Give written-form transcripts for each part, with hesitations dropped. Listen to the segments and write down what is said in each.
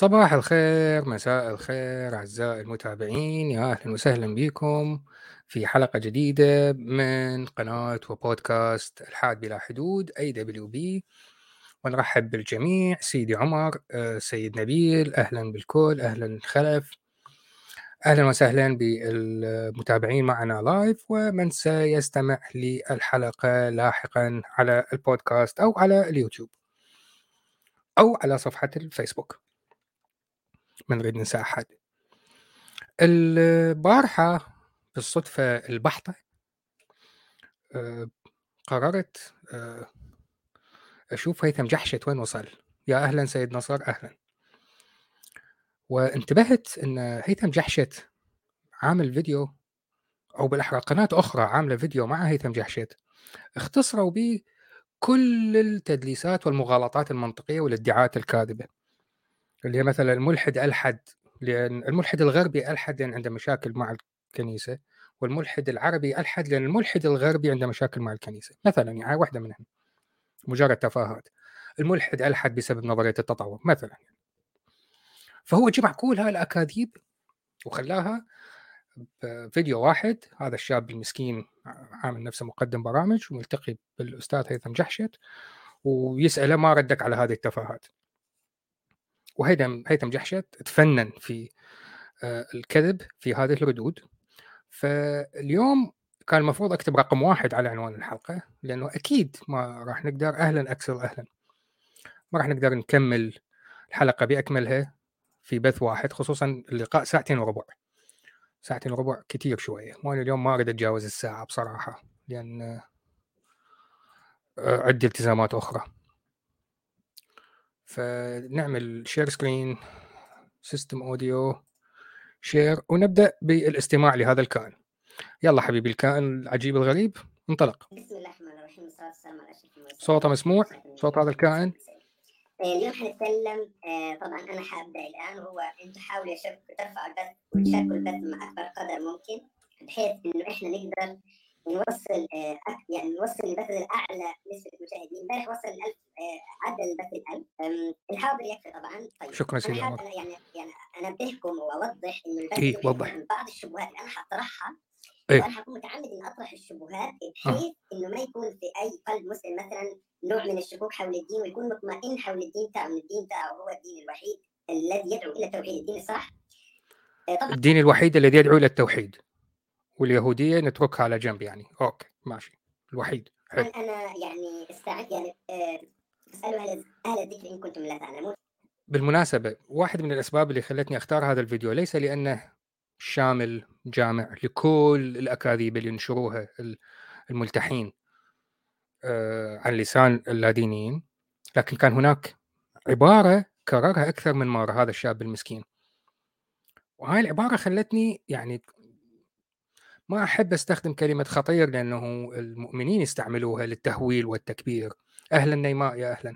صباح الخير، مساء الخير أعزائي المتابعين، يا أهلا وسهلا بكم في حلقة جديدة من قناة وبودكاست الحاد بلا حدود AWB. ونرحب بالجميع، سيدي عمر، سيد نبيل، أهلا بالكل، أهلا خلف، أهلا وسهلا بالمتابعين معنا لايف ومن سيستمع للحلقة لاحقا على البودكاست أو على اليوتيوب أو على صفحة الفيسبوك. من غير ننسى أحد. البارحة بالصدفة البحتة قررت أشوف هيثم جحشت وين وصل. يا أهلا سيد نصر، أهلا. وانتبهت أن هيثم جحشت عامل فيديو، أو بالأحرى قناة أخرى عاملة فيديو مع هيثم جحشت اختصروا به كل التدليسات والمغالطات المنطقية والادعاءات الكاذبة، اللي هي مثلا الملحد ألحد لأن الملحد الغربي ألحد لأن عنده مشاكل مع الكنيسة، والملحد العربي ألحد لأن الملحد الغربي عنده مشاكل مع الكنيسة مثلا، يعني واحدة منهم مجرد تفاهات. الملحد ألحد بسبب نظرية التطور مثلا. فهو جمع كل هاي الأكاذيب وخلاها بفيديو واحد. هذا الشاب المسكين عامل نفسه مقدم برامج وملتقي بالأستاذ هيثم جحشت ويسأله ما ردك على هذه التفاهات. وهيثم جحشت تفنن في الكذب في هذه الردود. فاليوم كان المفروض أكتب رقم 1 على عنوان الحلقة، لأنه أكيد ما راح نقدر، أهلا أكسل أهلا، ما راح نقدر نكمل الحلقة بأكملها في بث واحد، خصوصا اللقاء 2:15. 2:15 كتير شوية، وأنا اليوم ما أريد أتجاوز الساعة بصراحة، لأن عندي التزامات أخرى. فنعمل شير سكرين، سيستم أوديو شير، ونبدأ بالاستماع لهذا الكائن. يلا حبيبي الكائن العجيب الغريب، انطلق. بسم الله الرحمن الرحيم، والصلاة والسلام على أشرف المرسلين. صوته مسموع؟ صوت هذا الكائن؟ اليوم حنتكلم طبعا أنا حابدأ الآن، وهو أنتم حاولوا ترفعوا البث وتشاركوا البث مع أكبر قدر ممكن، بحيث إنه إحنا نقدر نوصل يعني نوصل البث لأعلى نسبة مشاهدين. امبارح وصل 1000 عدد البث 1000. الحاضر يكفي طبعا. طيب شكرا سيدي أنا عمر. حاب يعني أنبهكم وأوضح إنه البث إيه له وضح. من بعض الشبهات اللي أنا حطرحها. إيه. وانا حكون متعمد اني اطرح الشبهات بحيث انه ما يكون في اي قلب مسلم مثلا نوع من الشكوك حول الدين، ويكون مطمئن حول الدين تاعه، الدين تاعه هو الدين الوحيد الذي يدعو الى توحيد، الدين الصح. طبعا الدين الوحيد الذي يدعو إلى التوحيد، واليهودية نتركها على جنب يعني. أوكي ماشي، الوحيد. حلو. انا يعني استعد يعني اسالوا اهل الذكر ان كنتم لا تعلمون. بالمناسبة، واحد من الأسباب اللي خلتني أختار هذا الفيديو ليس لأنه شامل جامع لكل الأكاذيب اللي ينشروها الملتحين عن لسان اللادينيين، لكن كان هناك عبارة كررها أكثر من مرة هذا الشاب المسكين، وهاي العبارة خلتني يعني ما أحب أستخدم كلمة خطير، لأنه المؤمنين يستعملوها للتهويل والتكبير. أهلا نيماء، يا أهلا.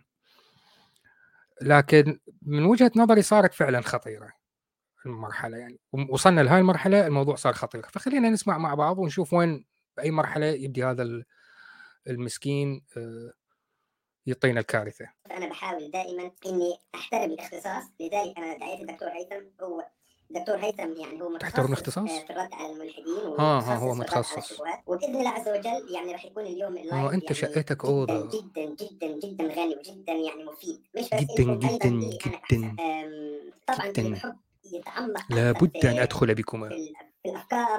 لكن من وجهة نظري صارت فعلا خطيرة المرحلة، يعني وصلنا لهاي المرحلة الموضوع صار خطير. فخلينا نسمع مع بعض ونشوف وين بأي مرحلة يبدي هذا المسكين يعطينا الكارثة. انا بحاول دائما اني احترم الاختصاص، لذلك انا دعيت الدكتور هيثم. هو دكتور هيثم يعني هو تحترم متخصص الاختصاص؟ في الرد على الملحدين، هو ومتخصص في الرد على متخصص. الشبهات، وباذن الله عز وجل يعني راح يكون اليوم اللايف أنت يعني شقتك جدا أوضة. جدا جدا جدا غني وجدا يعني مفيد، مش بس جدا لكم، ايضا جدا لي انا جدا طبعا اللي جدا، بحب يتعمق اكثر لابد أن أدخل بكما في الافكار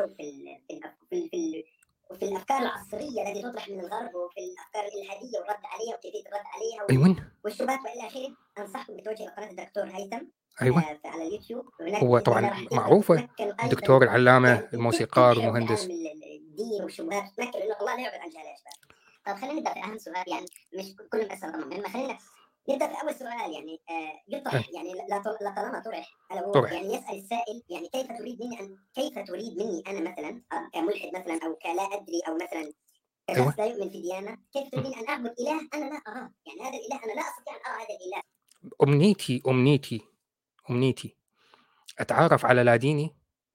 وفي الافكار العصريه التي تطرح من الغرب، وفي الافكار الالحاديه والرد عليها وكيفيه الرد عليها أيوة. والشبهات والى اخره. انصحكم بتوجه الى قناه الدكتور هيثم أيوة. على اليوتيوب. هناك هو باذن الله طبعا راح معروفة، تتمكنوا ايضا الدكتور العلامة يعني الموسيقار تبحروا في المهندس. عالم الدين والشبهات، تتمكنوا انه الله لا يعبد عن جهل يا شباب. طب خلينا نبدا في اهم سؤال، يعني مش كل الاسئله طبعا مهمه. خلينا نبدا في اول سؤال يعني يطرح، يعني لا طالما طرح، الا هو طرح. يعني يسال السائل يعني كيف تريد مني انا مثلا كملحد مثلا، او كلا ادري، او مثلا كشخص لا يؤمن في ديانه، كيف تريدين ان اعبد اله انا لا اراه؟ يعني هذا الاله انا لا استطيع ان ارى هذا الاله. أمنيتي أتعرف على لا ديني،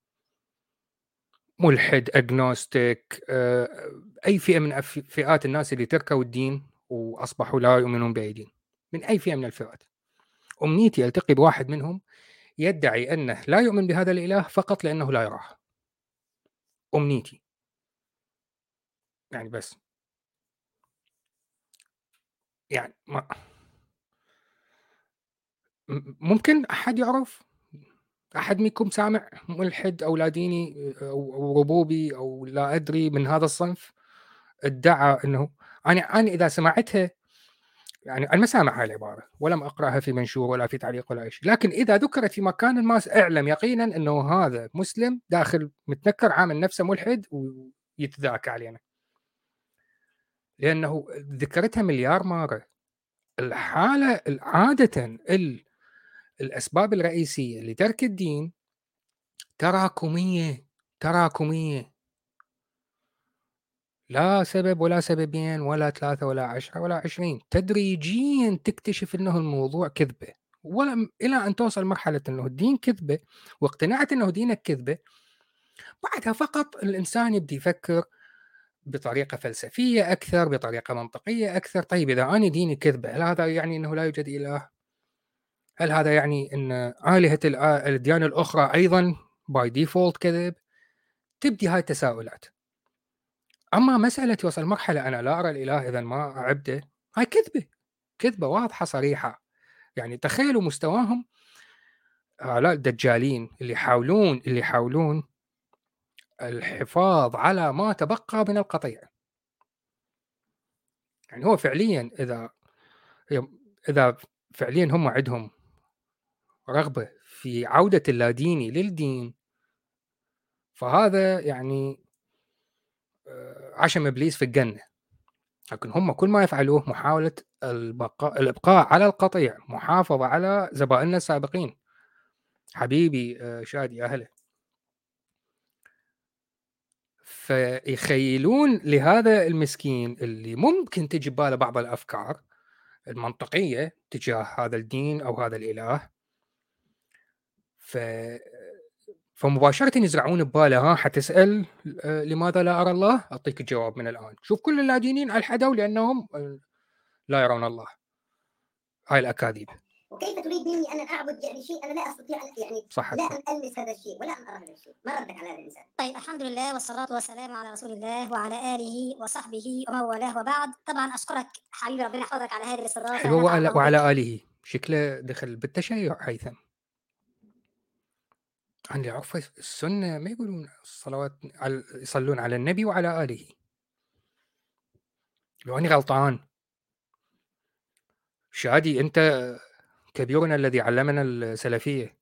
ملحد، أجنوستيك، أي فئة من فئات الناس اللي تركوا الدين وأصبحوا لا يؤمنون بأي دين، من أي فئة من الفئات. أمنيتي ألتقي بواحد منهم يدعي أنه لا يؤمن بهذا الإله فقط لأنه لا يراه. أمنيتي. يعني بس. يعني ممكن أحد يعرف؟ أحد منكم سامع ملحد أو لا ديني أو ربوبي أو لا أدري من هذا الصنف ادعى أنه أنا إذا سمعتها، يعني أنا ما سامع هاي العبارة ولم أقرأها في منشور ولا في تعليق ولا شيء، لكن إذا ذكرت في مكان ما اعلم يقينا أنه هذا مسلم داخل متنكر عامل نفسه ملحد ويتذاكى علينا، لأنه ذكرتها مليار مرة. الحالة عادة الأسباب الرئيسية لترك الدين تراكمية، تراكمية، لا سبب ولا سببين ولا 3 ولا 10 ولا 20، تدريجيًا تكتشف إنه الموضوع كذبة، إلى أن توصل مرحلة إنه الدين كذبة واقتنعت إنه دينك كذبة، بعدها فقط الإنسان يبدي يفكر بطريقة فلسفية أكثر، بطريقة منطقية أكثر. طيب إذا أنا ديني كذبة، هل هذا يعني إنه لا يوجد إله؟ هل هذا يعني إن آلهة الأديان الأخرى أيضًا by default كذب؟ تبدي هاي التساؤلات. أما مسألة يوصل مرحلة أنا لا أرى الإله إذًا ما أعبده، هاي كذبة، كذبة واضحة صريحة. يعني تخيلوا مستواهم هؤلاء الدجالين اللي يحاولون الحفاظ على ما تبقى من القطيع. يعني هو فعليًا إذا فعليًا هم عندهم رغبة في عودة اللاديني للدين، فهذا يعني عشم إبليس في الجنة. لكن هم كل ما يفعلوه محاولة الإبقاء على القطيع، محافظة على زبائننا السابقين. حبيبي شادي أهله. فيخيلون لهذا المسكين اللي ممكن تجي بباله بعض الأفكار المنطقية تجاه هذا الدين أو هذا الإله، فمباشرة يزرعون بباله ها حتسأل لماذا لا أرى الله؟ أعطيك الجواب من الآن. شوف كل اللادينيين ألحدوا لأنهم لا يرون الله. هاي الأكاذيب. وكيف تريد مني أن أعبد يعني شيء أنا لا أستطيع يعني صح لا أن ألمس هذا الشيء ولا أن أرى هذا الشيء؟ ما ردك على هذا الإنسان؟ طيب الحمد لله والصلاة والسلام على رسول الله وعلى آله وصحبه ومن والاه وبعد. طبعا أشكرك حبيبي، ربنا يحفظك على هذه الاستضافة. حلو. وعلى آله شكله دخل بالتشيع هيثم. أنا اللي أعرفه السنة ما يقولون الصلوات يصلون على النبي وعلى آله. لو أني غلطان شادي أنت كبيرنا الذي علمنا السلفية،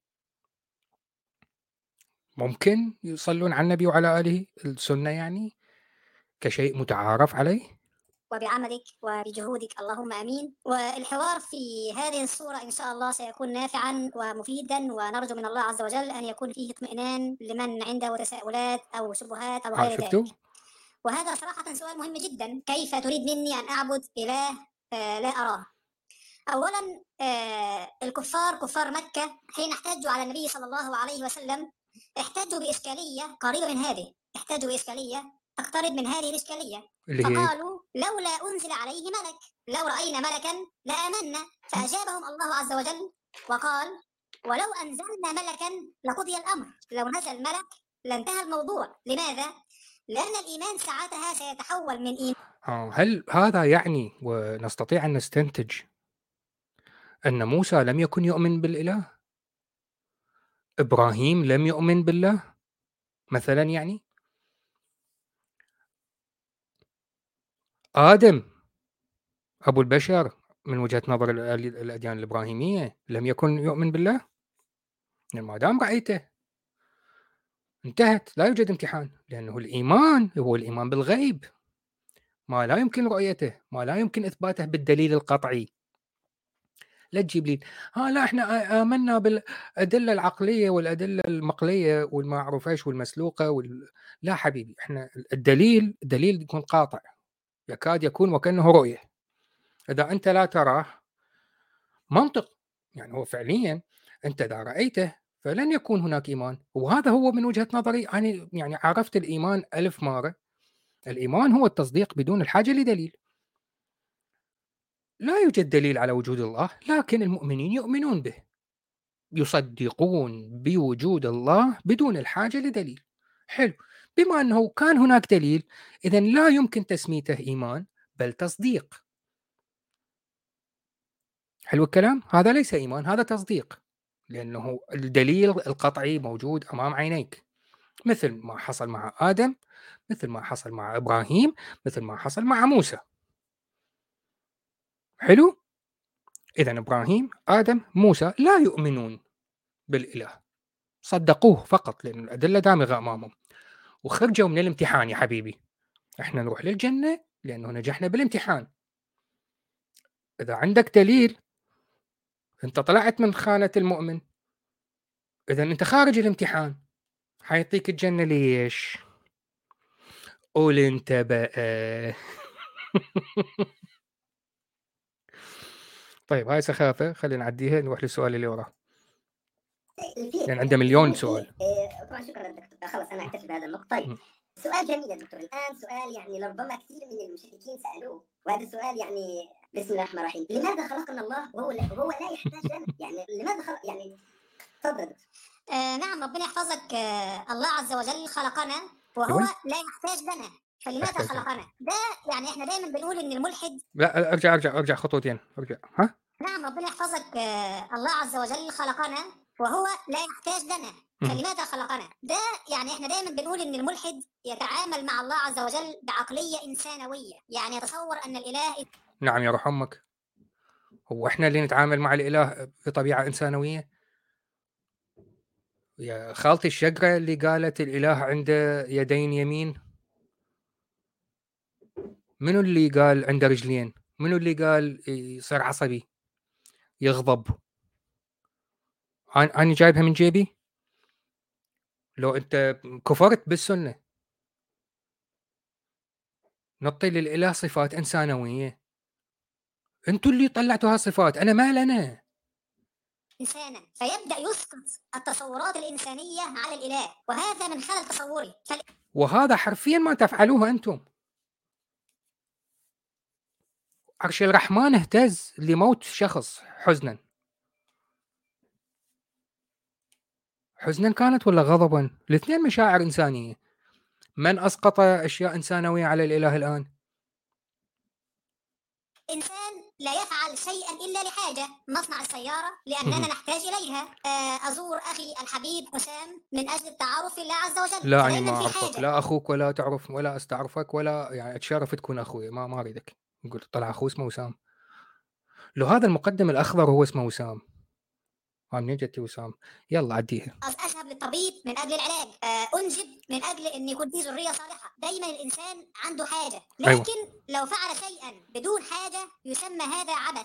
ممكن يصلون على النبي وعلى آله السنة يعني كشيء متعارف عليه؟ وبعملك وبجهودك اللهم امين. والحوار في هذه الصوره ان شاء الله سيكون نافعا ومفيدا، ونرجو من الله عز وجل ان يكون فيه اطمئنان لمن عنده تساؤلات او شبهات او غير شفتوا؟ ذلك. وهذا صراحه سؤال مهم جدا، كيف تريد مني ان اعبد اله لا اراه؟ اولا الكفار كفار مكه حين احتجوا على النبي صلى الله عليه وسلم احتجوا باشكاليه قريبه من هذه، احتجوا باشكاليه تقترب من هذه الاشكاليه، اللي هي فقالوا لولا أنزل عليه ملك، لو رأينا ملكا لآمنا. فأجابهم الله عز وجل وقال ولو أنزلنا ملكا لقضي الأمر، لو نزل ملك لانتهى الموضوع. لماذا؟ لأن الإيمان ساعتها سيتحول من إيمان. هل هذا يعني ونستطيع أن نستنتج أن موسى لم يكن يؤمن بالإله؟ إبراهيم لم يؤمن بالله مثلا؟ يعني آدم أبو البشر من وجهة نظر الأديان الإبراهيمية لم يكن يؤمن بالله؟ يعني ما دام رأيته انتهت، لا يوجد امتحان، لأنه الإيمان هو الإيمان بالغيب، ما لا يمكن رؤيته، ما لا يمكن إثباته بالدليل القطعي. لا تجيب لي لا احنا آمنا بالأدلة العقلية والأدلة المقلية والما أعرف ايش والمسلوقة لا حبيبي، احنا الدليل يكون قاطع، يكاد يكون وكأنه رؤية. إذا أنت لا تراه منطق، يعني هو فعليا أنت إذا رأيته فلن يكون هناك إيمان. وهذا هو من وجهة نظري أنا، يعني عرفت الإيمان 1000 مرة. الإيمان هو التصديق بدون الحاجة لدليل. لا يوجد دليل على وجود الله، لكن المؤمنين يؤمنون به، يصدقون بوجود الله بدون الحاجة لدليل. حلو، بما أنه كان هناك دليل، إذن لا يمكن تسميته إيمان بل تصديق. حلو الكلام؟ هذا ليس إيمان، هذا تصديق، لأنه الدليل القطعي موجود أمام عينيك، مثل ما حصل مع آدم، مثل ما حصل مع إبراهيم، مثل ما حصل مع موسى. حلو؟ إذن إبراهيم، آدم، موسى لا يؤمنون بالإله، صدقوه فقط لأن الأدلة دامغة أمامهم، وخرجوا من الامتحان. يا حبيبي، إحنا نروح للجنة لأنه نجحنا بالامتحان. إذا عندك دليل أنت طلعت من خانة المؤمن، إذا أنت خارج الامتحان، حيعطيك الجنة ليش؟ قول أنت بقى. طيب هاي سخافة، خلينا نعديها نروح للسؤال اللي وراه، لأن عنده مليون سؤال. طبعا شكرا دكتور، خلص انا اكتفي بهذا النقطه. طيب سؤال جميل يا دكتور، الان سؤال يعني ربما كثير من المشركين سالوه، وهذا السؤال يعني بسم الله الرحمن الرحيم: لماذا خلقنا الله وهو لا يحتاج لنا؟ يعني لماذا خلق؟ يعني تفضل. نعم، ربنا يحفظك. الله عز وجل خلقنا وهو أيوة. لا يحتاج لنا، فلماذا يحتاج. خلقنا؟ ده يعني احنا دايما بنقول ان الملحد. لا، ارجع خطوتين، ارجع. ها؟ نعم، ربنا يحفظك. الله عز وجل خلقنا وهو لا يحتاج لنا، فلماذا خلقنا؟ ده يعني احنا دايما بنقول ان الملحد يتعامل مع الله عز وجل بعقلية إنسانوية، يعني يتصور ان الإله. نعم يا روح امك، هو احنا اللي نتعامل مع الاله بطبيعه انسانويه؟ يا خالتي الشقره اللي قالت الاله عنده يدين يمين، منو اللي قال عنده رجلين؟ منو اللي قال يصير عصبي يغضب؟ انا جايبها من جيبي؟ لو انت كفرت بالسنه، نعطي للاله صفات انسانويه، انتوا اللي طلعتوا هالصفات، انا ما لنا. إنسانا، فيبدأ يسقط التصورات الإنسانية على الإله، وهذا من خلل تصوري. وهذا حرفيا ما تفعلوه انتم. عرش الرحمن اهتز لموت شخص حزنا. حزنا كانت ولا غضبا؟ الاثنين مشاعر إنسانية. من أسقط أشياء إنسانوية على الإله الآن؟ إنسان لا يفعل شيئا إلا لحاجة، مصنع السيارة لأننا نحتاج إليها، أزور أخي الحبيب حسام من أجل التعارف في الله عز وجل، لا، أنا فدايما ما في أعرفك، حاجة. لا أخوك ولا تعرف ولا أستعرفك ولا يعني أتشرف تكون أخوي، ما أريدك. قلت طلع أخوه اسمه وسام. لو هذا المقدم الأخضر هو اسمه وسام، منين جتي وسام؟ يلا عديها. أذهب للطبيب من أجل العلاج، أنجب من أجل أن يكون في ذرية صالحة. دايما الإنسان عنده حاجة، لكن أيوة. لو فعل شيئا بدون حاجة يسمى هذا عبث.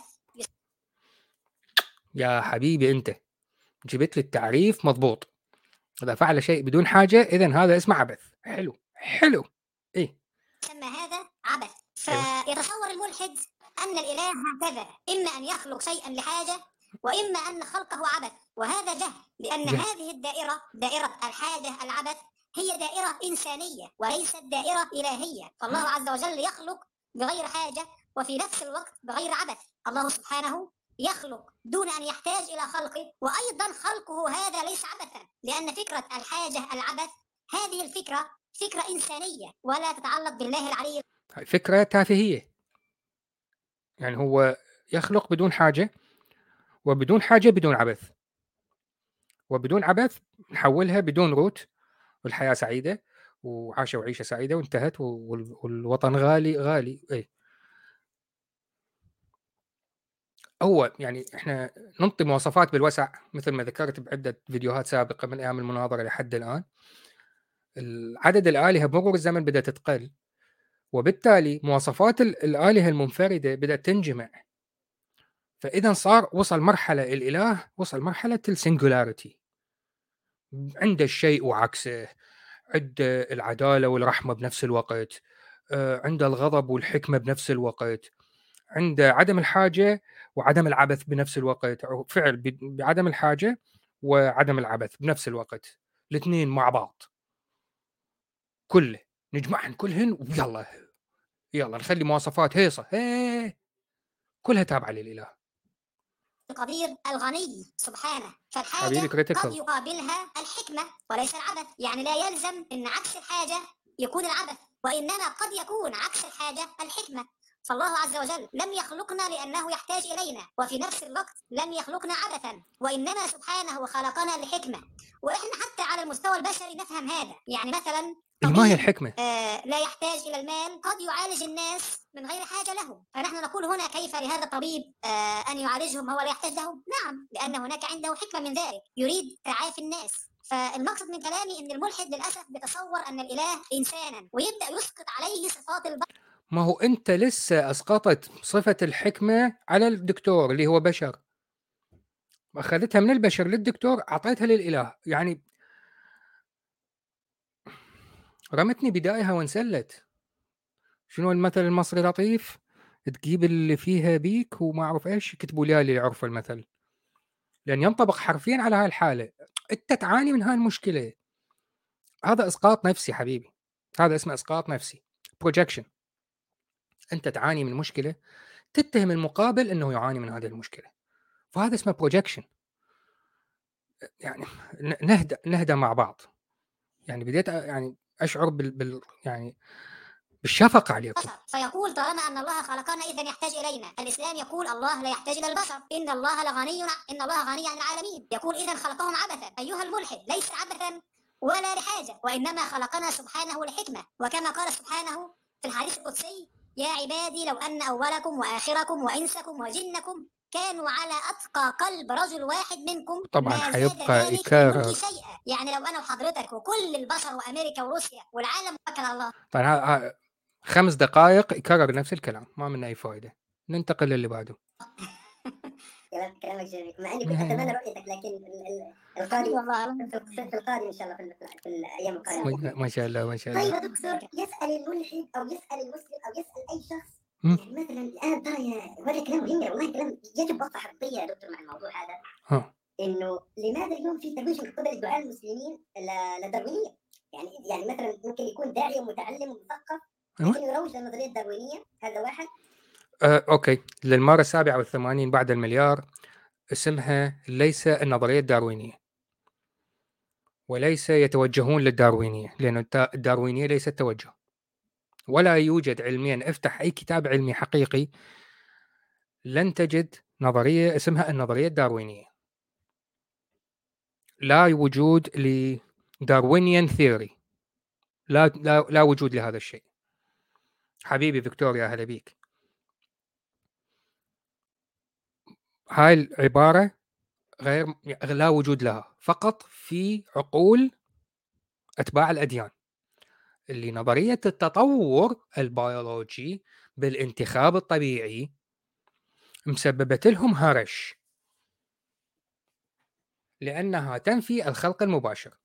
يا حبيبي أنت جبت لي التعريف مضبوط. إذا فعل شيء بدون حاجة إذن هذا اسمه عبث. حلو حلو. إيه، يسمى هذا عبث. أيوة. فيتصور الملحد أن الإله هكذا، إما أن يخلق شيئا لحاجة وإما أن خلقه عبث، وهذا جهل، لأن جهل. هذه الدائرة، دائرة الحاجة العبث، هي دائرة إنسانية وليست دائرة إلهية. فالله عز وجل يخلق بغير حاجة وفي نفس الوقت بغير عبث. الله سبحانه يخلق دون أن يحتاج إلى خلقه، وأيضا خلقه هذا ليس عبثا، لأن فكرة الحاجة العبث هذه الفكرة فكرة إنسانية ولا تتعلق بالله العلي. فكرة تافهية، يعني هو يخلق بدون حاجة، وبدون حاجة بدون عبث، وبدون عبث نحولها بدون روت، والحياة سعيدة وعاشوا عيشة سعيدة وانتهت، والوطن غالي غالي. اي هو يعني احنا ننطي مواصفات بالوسع مثل ما ذكرت بعدة فيديوهات سابقة من ايام المناظرة لحد الآن. عدد الآلهة بمرور الزمن بدأت تقل، وبالتالي مواصفات الآلهة المنفردة بدأت تنجمع. فإذا وصل مرحلة الإله، وصل مرحلة السنجولاريتي، عنده الشيء وعكسه، عنده العدالة والرحمة بنفس الوقت، عنده الغضب والحكمة بنفس الوقت، عنده عدم الحاجة وعدم العبث بنفس الوقت، أو فعل بعدم الحاجة وعدم العبث بنفس الوقت، الاثنين مع بعض كله نجمعهن كلهن، ويلا نخلي مواصفات هيصة. كلها تابعة للإله. القدير الغني سبحانه، فالحاجة حبيبي قد critical. يقابلها الحكمة وليس العبث. يعني لا يلزم أن عكس الحاجة يكون العبث، وإنما قد يكون عكس الحاجة الحكمة. فالله عز وجل لم يخلقنا لأنه يحتاج إلينا، وفي نفس الوقت لم يخلقنا عبثا، وإنما سبحانه خلقنا لحكمة. وإحنا حتى على المستوى البشري نفهم هذا. يعني مثلا ما هي طبيب الحكمة؟ لا يحتاج إلى المال قد يعالج الناس من غير حاجة له، فنحن نقول هنا كيف لهذا الطبيب أن يعالجهم هو لا يحتاج لهم؟ نعم، لأن هناك عنده حكمة من ذلك، يريد تعافي الناس. فالمقصد من كلامي أن الملحد للأسف بيتصور أن الإله إنسانا ويبدأ يسقط عليه صفات البشر. ما هو أنت لسه أسقطت صفة الحكمة على الدكتور اللي هو بشر، أخذتها من البشر للدكتور أعطيتها للإله. يعني رمتني بدايها وانسلت. شنو المثل المصري لطيف؟ تجيب اللي فيها بيك وما أعرف إيش، يكتبوا لي اللي يعرف المثل، لأن ينطبق حرفيا على هاي الحالة. أنت تعاني من هاي المشكلة، هذا إسقاط نفسي حبيبي، هذا اسمه إسقاط نفسي، projection. أنت تعاني من مشكلة، تتهم المقابل أنه يعاني من هذه المشكلة، فهذا اسمه projection. يعني نهدى مع بعض. يعني بديت يعني أشعر يعني بالشفقة عليكم. فيقول طالما أن الله خلقنا إذا يحتاج إلينا. الإسلام يقول الله لا يحتاج إلى البشر، إن الله غني عن العالمين. يقول إذا خلقهم عبثا. أيها الملحد، ليس عبثا ولا لحاجة، وإنما خلقنا سبحانه لحكمة. وكما قال سبحانه في الحديث القدسي: يا عبادي لو أن أولكم وآخركم وإنسكم وجنكم كانوا على أتقى قلب رجل واحد منكم طبعا ما زاد حيبقى ذلك في يكرر. ملكي شيئا. يعني لو أنا وحضرتك وكل البشر وأمريكا وروسيا والعالم وكل الله. طبعا 5 دقائق يكرر نفس الكلام، ما منه أي فائدة. ننتقل للي بعده. كلامك جميل، مع اني كنت اتمنى رؤيتك، لكن القادم في القادم ان شاء الله في الايام القادمه. ما شاء الله ما شاء الله. طيب يا دكتور، يسال الملحد او يسال المسلم او يسال اي شخص، يعني مثلا الان ترى هذا كلام مهم والله، كلام يجب وضع حرفيه يا دكتور مع الموضوع هذا. انه لماذا اليوم في ترويج من قبل الدعاة المسلمين للداروينيه؟ يعني مثلا ممكن يكون داعيه متعلم ومثقف لكن يروج للنظريه الداروينيه، هذا واحد. اوكي، للمره 87 بعد المليار، اسمها ليس النظريه الداروينيه، وليس يتوجهون للداروينيه، لأن الداروينيه ليست توجه، ولا يوجد علميا. افتح اي كتاب علمي حقيقي لن تجد نظريه اسمها النظريه الداروينيه. لا وجود لداروينيان ثيوري، لا وجود لهذا الشيء. حبيبي فيكتوريا، اهلا بيك. هاي العباره لا وجود لها، فقط في عقول اتباع الاديان، اللي نظريه التطور البيولوجي بالانتخاب الطبيعي مسببت لهم هرش، لانها تنفي الخلق المباشر.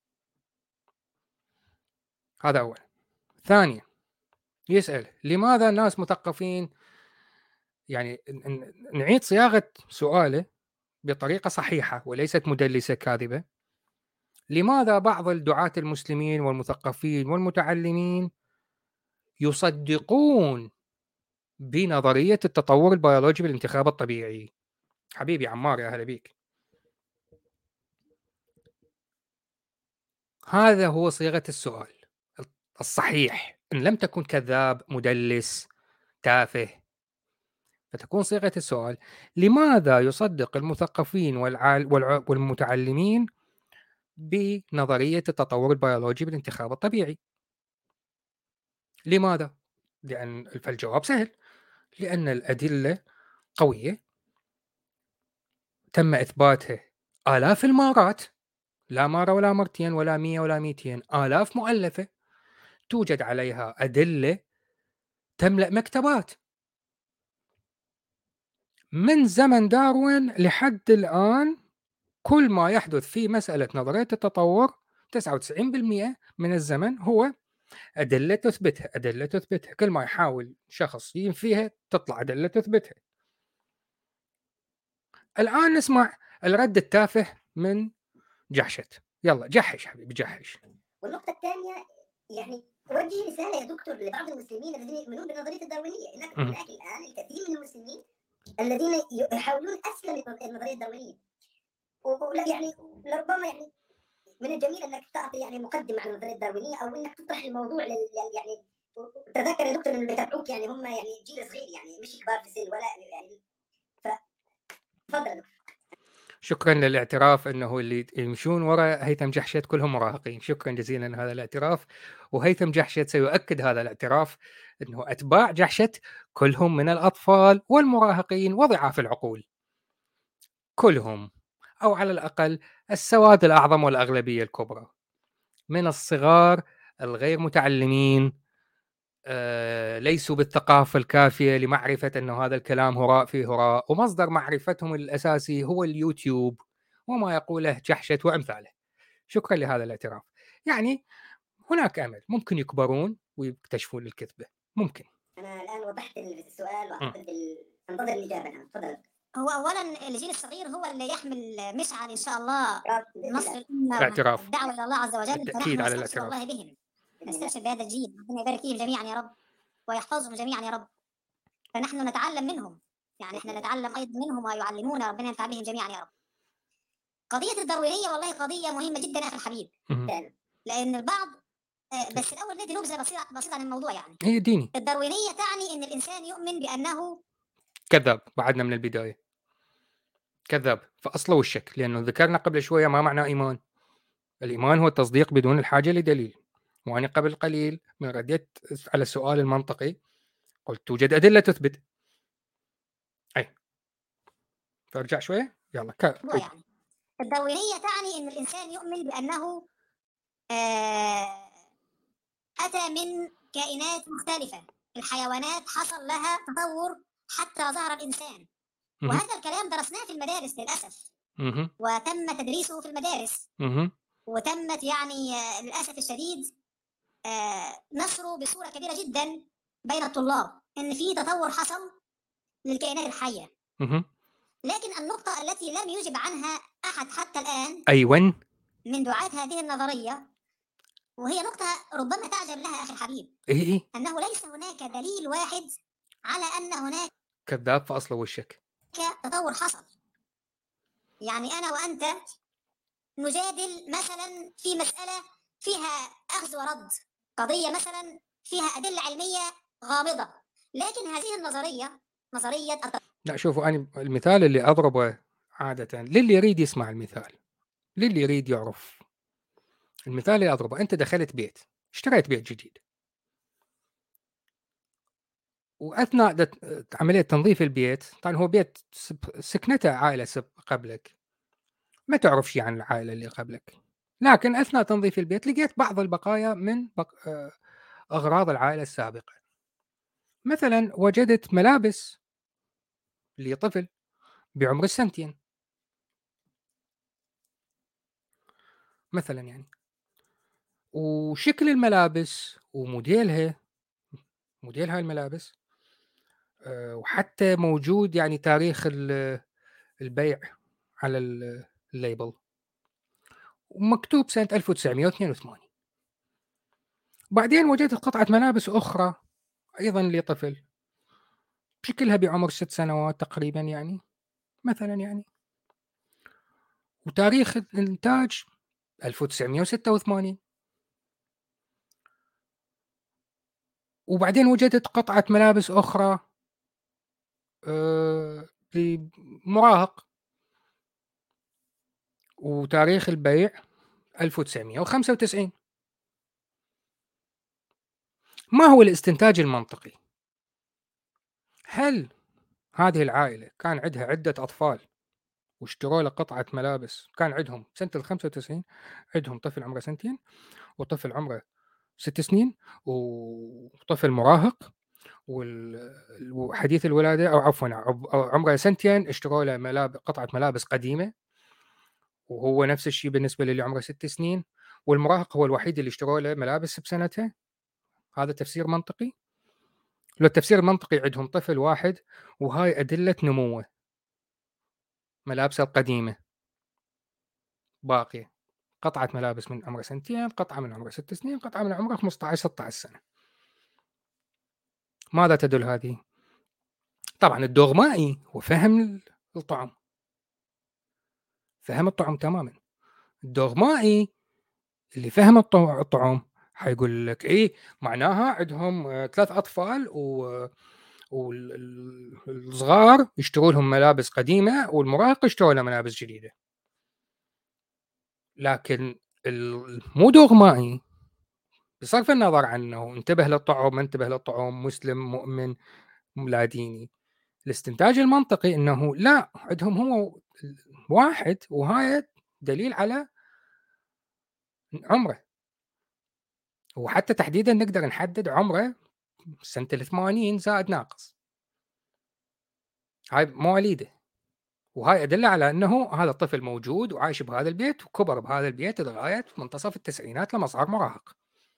هذا أول. ثانيا، يسأل لماذا الناس مثقفين، يعني نعيد صياغة سؤاله بطريقة صحيحة وليست مدلسة كاذبة. لماذا بعض الدعاة المسلمين والمثقفين والمتعلمين يصدقون بنظرية التطور البيولوجي بالانتخاب الطبيعي؟ حبيبي عمار، يا أهلا بيك. هذا هو صيغة السؤال الصحيح، إن لم تكن كذاب مدلس تافه، فتكون صيغة السؤال: لماذا يصدق المثقفين والمتعلمين بنظرية التطور البيولوجي بالانتخاب الطبيعي؟ لماذا؟ فالجواب سهل، لأن الأدلة قوية تم إثباتها آلاف المرات، لا مرة ولا مرتين ولا 100 ولا 200، آلاف مؤلفة توجد عليها أدلة تملأ مكتبات من زمن داروين لحد الآن. كل ما يحدث في مسألة نظرية التطور 99% من الزمن هو أدلة تثبتها. كل ما يحاول شخص ينفيها تطلع أدلة تثبتها. الآن نسمع الرد التافه من جحشت. يلا جحش حبيبي جحش. والنقطة الثانية، يعني وجه رسالة يا دكتور لبعض المسلمين الذين يؤمنون بالنظرية الداروينية. هناك الآن الكثير من المسلمين الذين يحاولون أسلم النظرية الداروينية. ولا يعني لربما يعني من الجميل انك تعطي يعني مقدمه عن النظريه الداروينيه، او انك تطرح الموضوع يعني تذكر يا دكتور ان اللي بيتابعوك يعني هم يعني جيل صغير، يعني مش كبار في السن ولا يعني. تفضل. شكرا للاعتراف انه اللي يمشون وراء هيثم جحشت كلهم مراهقين. شكرا جزيلا لهذا الاعتراف. وهيثم جحشت سيؤكد هذا الاعتراف انه اتباع جحشت كلهم من الاطفال والمراهقين وضعاف العقول، كلهم، او على الاقل السواد الاعظم والاغلبيه الكبرى من الصغار الغير متعلمين، ليسوا بالثقافة الكافية لمعرفة أن هذا الكلام هراء فيه هراء، ومصدر معرفتهم الأساسي هو اليوتيوب وما يقوله جحشت وأمثاله. شكرا لهذا الاعتراف. يعني هناك أمل، ممكن يكبرون ويكتشفون الكذبة، ممكن. أنا الآن وضحت السؤال وأعتقد أنتظر الإجابة الآن. تفضل. هو اولا الجيل الصغير هو اللي يحمل مشعل ان شاء الله نصر الامه اعتراف. والدعوه الى الله عز وجل، التأكيد فنحن على نستبشر الاعتراف. والله بهم، نستبشر بهذا الجيل، ربنا يبارك فيهم جميعا يا رب ويحفظهم جميعا يا رب. فنحن نتعلم منهم، يعني احنا نتعلم ايضا منهم ويعلمونا، ربنا ينفع بهم جميعا يا رب. قضيه الداروينيه والله قضيه مهمه جدا اخي الحبيب، لان البعض بس الاول ندي نبذه بسيطه عن الموضوع. يعني هي ديني. الداروينيه تعني ان الانسان يؤمن بانه كذاب. بعدنا من البداية كذاب فأصله والشك، لأنه ذكرنا قبل شوية ما معنى إيمان. الإيمان هو التصديق بدون الحاجة لدليل. وأنا قبل قليل من رديت على السؤال المنطقي قلت توجد أدلة تثبت. أي فارجع شوية يلا يعني الداروينية تعني أن الإنسان يؤمن بأنه أتى من كائنات مختلفة. الحيوانات حصل لها تطور حتى ظهر الإنسان، وهذا الكلام درسناه في المدارس للأسف، وتم تدريسه في المدارس، وتمت يعني للأسف الشديد نشره بصورة كبيرة جدا بين الطلاب أن في تطور حصل للكائنات الحية. لكن النقطة التي لم يجب عنها أحد حتى الآن أيوة من دعاة هذه النظرية، وهي نقطة ربما تعجب لها أخي الحبيب، إيه؟ أنه ليس هناك دليل واحد على أن هناك كذاب فأصله وشك تطور حصل. يعني أنا وأنت نجادل مثلا في مسألة فيها أخذ ورد، قضية مثلا فيها أدلة علمية غامضة، لكن هذه النظرية نظرية لا شوفوا، أنا المثال اللي أضربه عادة للي يريد يسمع المثال، للي يريد يعرف المثال اللي أضربه. أنت دخلت بيت، اشتريت بيت جديد، وأثناء عملية تنظيف البيت، طبعا هو بيت سكنته عائلة قبلك، ما تعرف شيء عن العائلة اللي قبلك، لكن أثناء تنظيف البيت لقيت بعض البقايا من أغراض العائلة السابقة. مثلا وجدت ملابس لطفل بعمر السنتين مثلا يعني، وشكل الملابس وموديلها، موديل هاي الملابس، وحتى موجود يعني تاريخ البيع على الليبل، ومكتوب سنة 1982. بعدين وجدت قطعة ملابس أخرى أيضا لطفل شكلها بعمر 6 سنوات تقريبا يعني مثلا يعني، وتاريخ الإنتاج 1986. وبعدين وجدت قطعة ملابس أخرى لمراهق وتاريخ البيع 1995. ما هو الاستنتاج المنطقي؟ هل هذه العائلة كان عندها عدة أطفال واشتروا له قطعة ملابس، كان عندهم سنة 95 عندهم طفل عمره 2 وطفل عمره 6 سنين وطفل مراهق وحديث الولادة، أو عفوا عمره 2 اشتروا له قطعة ملابس قديمة، وهو نفس الشيء بالنسبة للي عمره 6 سنين، والمراهق هو الوحيد اللي اشتروا له ملابس بسنته. هذا تفسير منطقي؟ لو التفسير المنطقي عندهم طفل واحد وهاي أدلة نموه، ملابسه القديمة باقية، قطعة ملابس من عمره 2 قطعة من عمره 6 سنين، قطعة من عمره 15 16 سنة. ماذا تدل هذه؟ طبعا الدوغمائي هو فهم الطعم، فهم الطعم تماما. الدوغمائي اللي فهم الطعم حيقول لك ايه معناها عندهم 3 أطفال والصغار يشتروا لهم ملابس قديمة والمراهق يشتروا له ملابس جديدة. لكن المو دوغمائي بصرف النظر عنه انتبه للطعم ما انتبه للطعم، مسلم مؤمن لا ديني، الاستنتاج المنطقي انه لا، عندهم هو واحد وهاي دليل على عمره، وحتى تحديدا نقدر نحدد عمره سنة 80 زائد ناقص، هاي مواليده، وهاي أدلة على أنه هذا الطفل موجود وعايش بهذا البيت وكبر بهذا البيت لغاية منتصف التسعينات لما صار مراهق.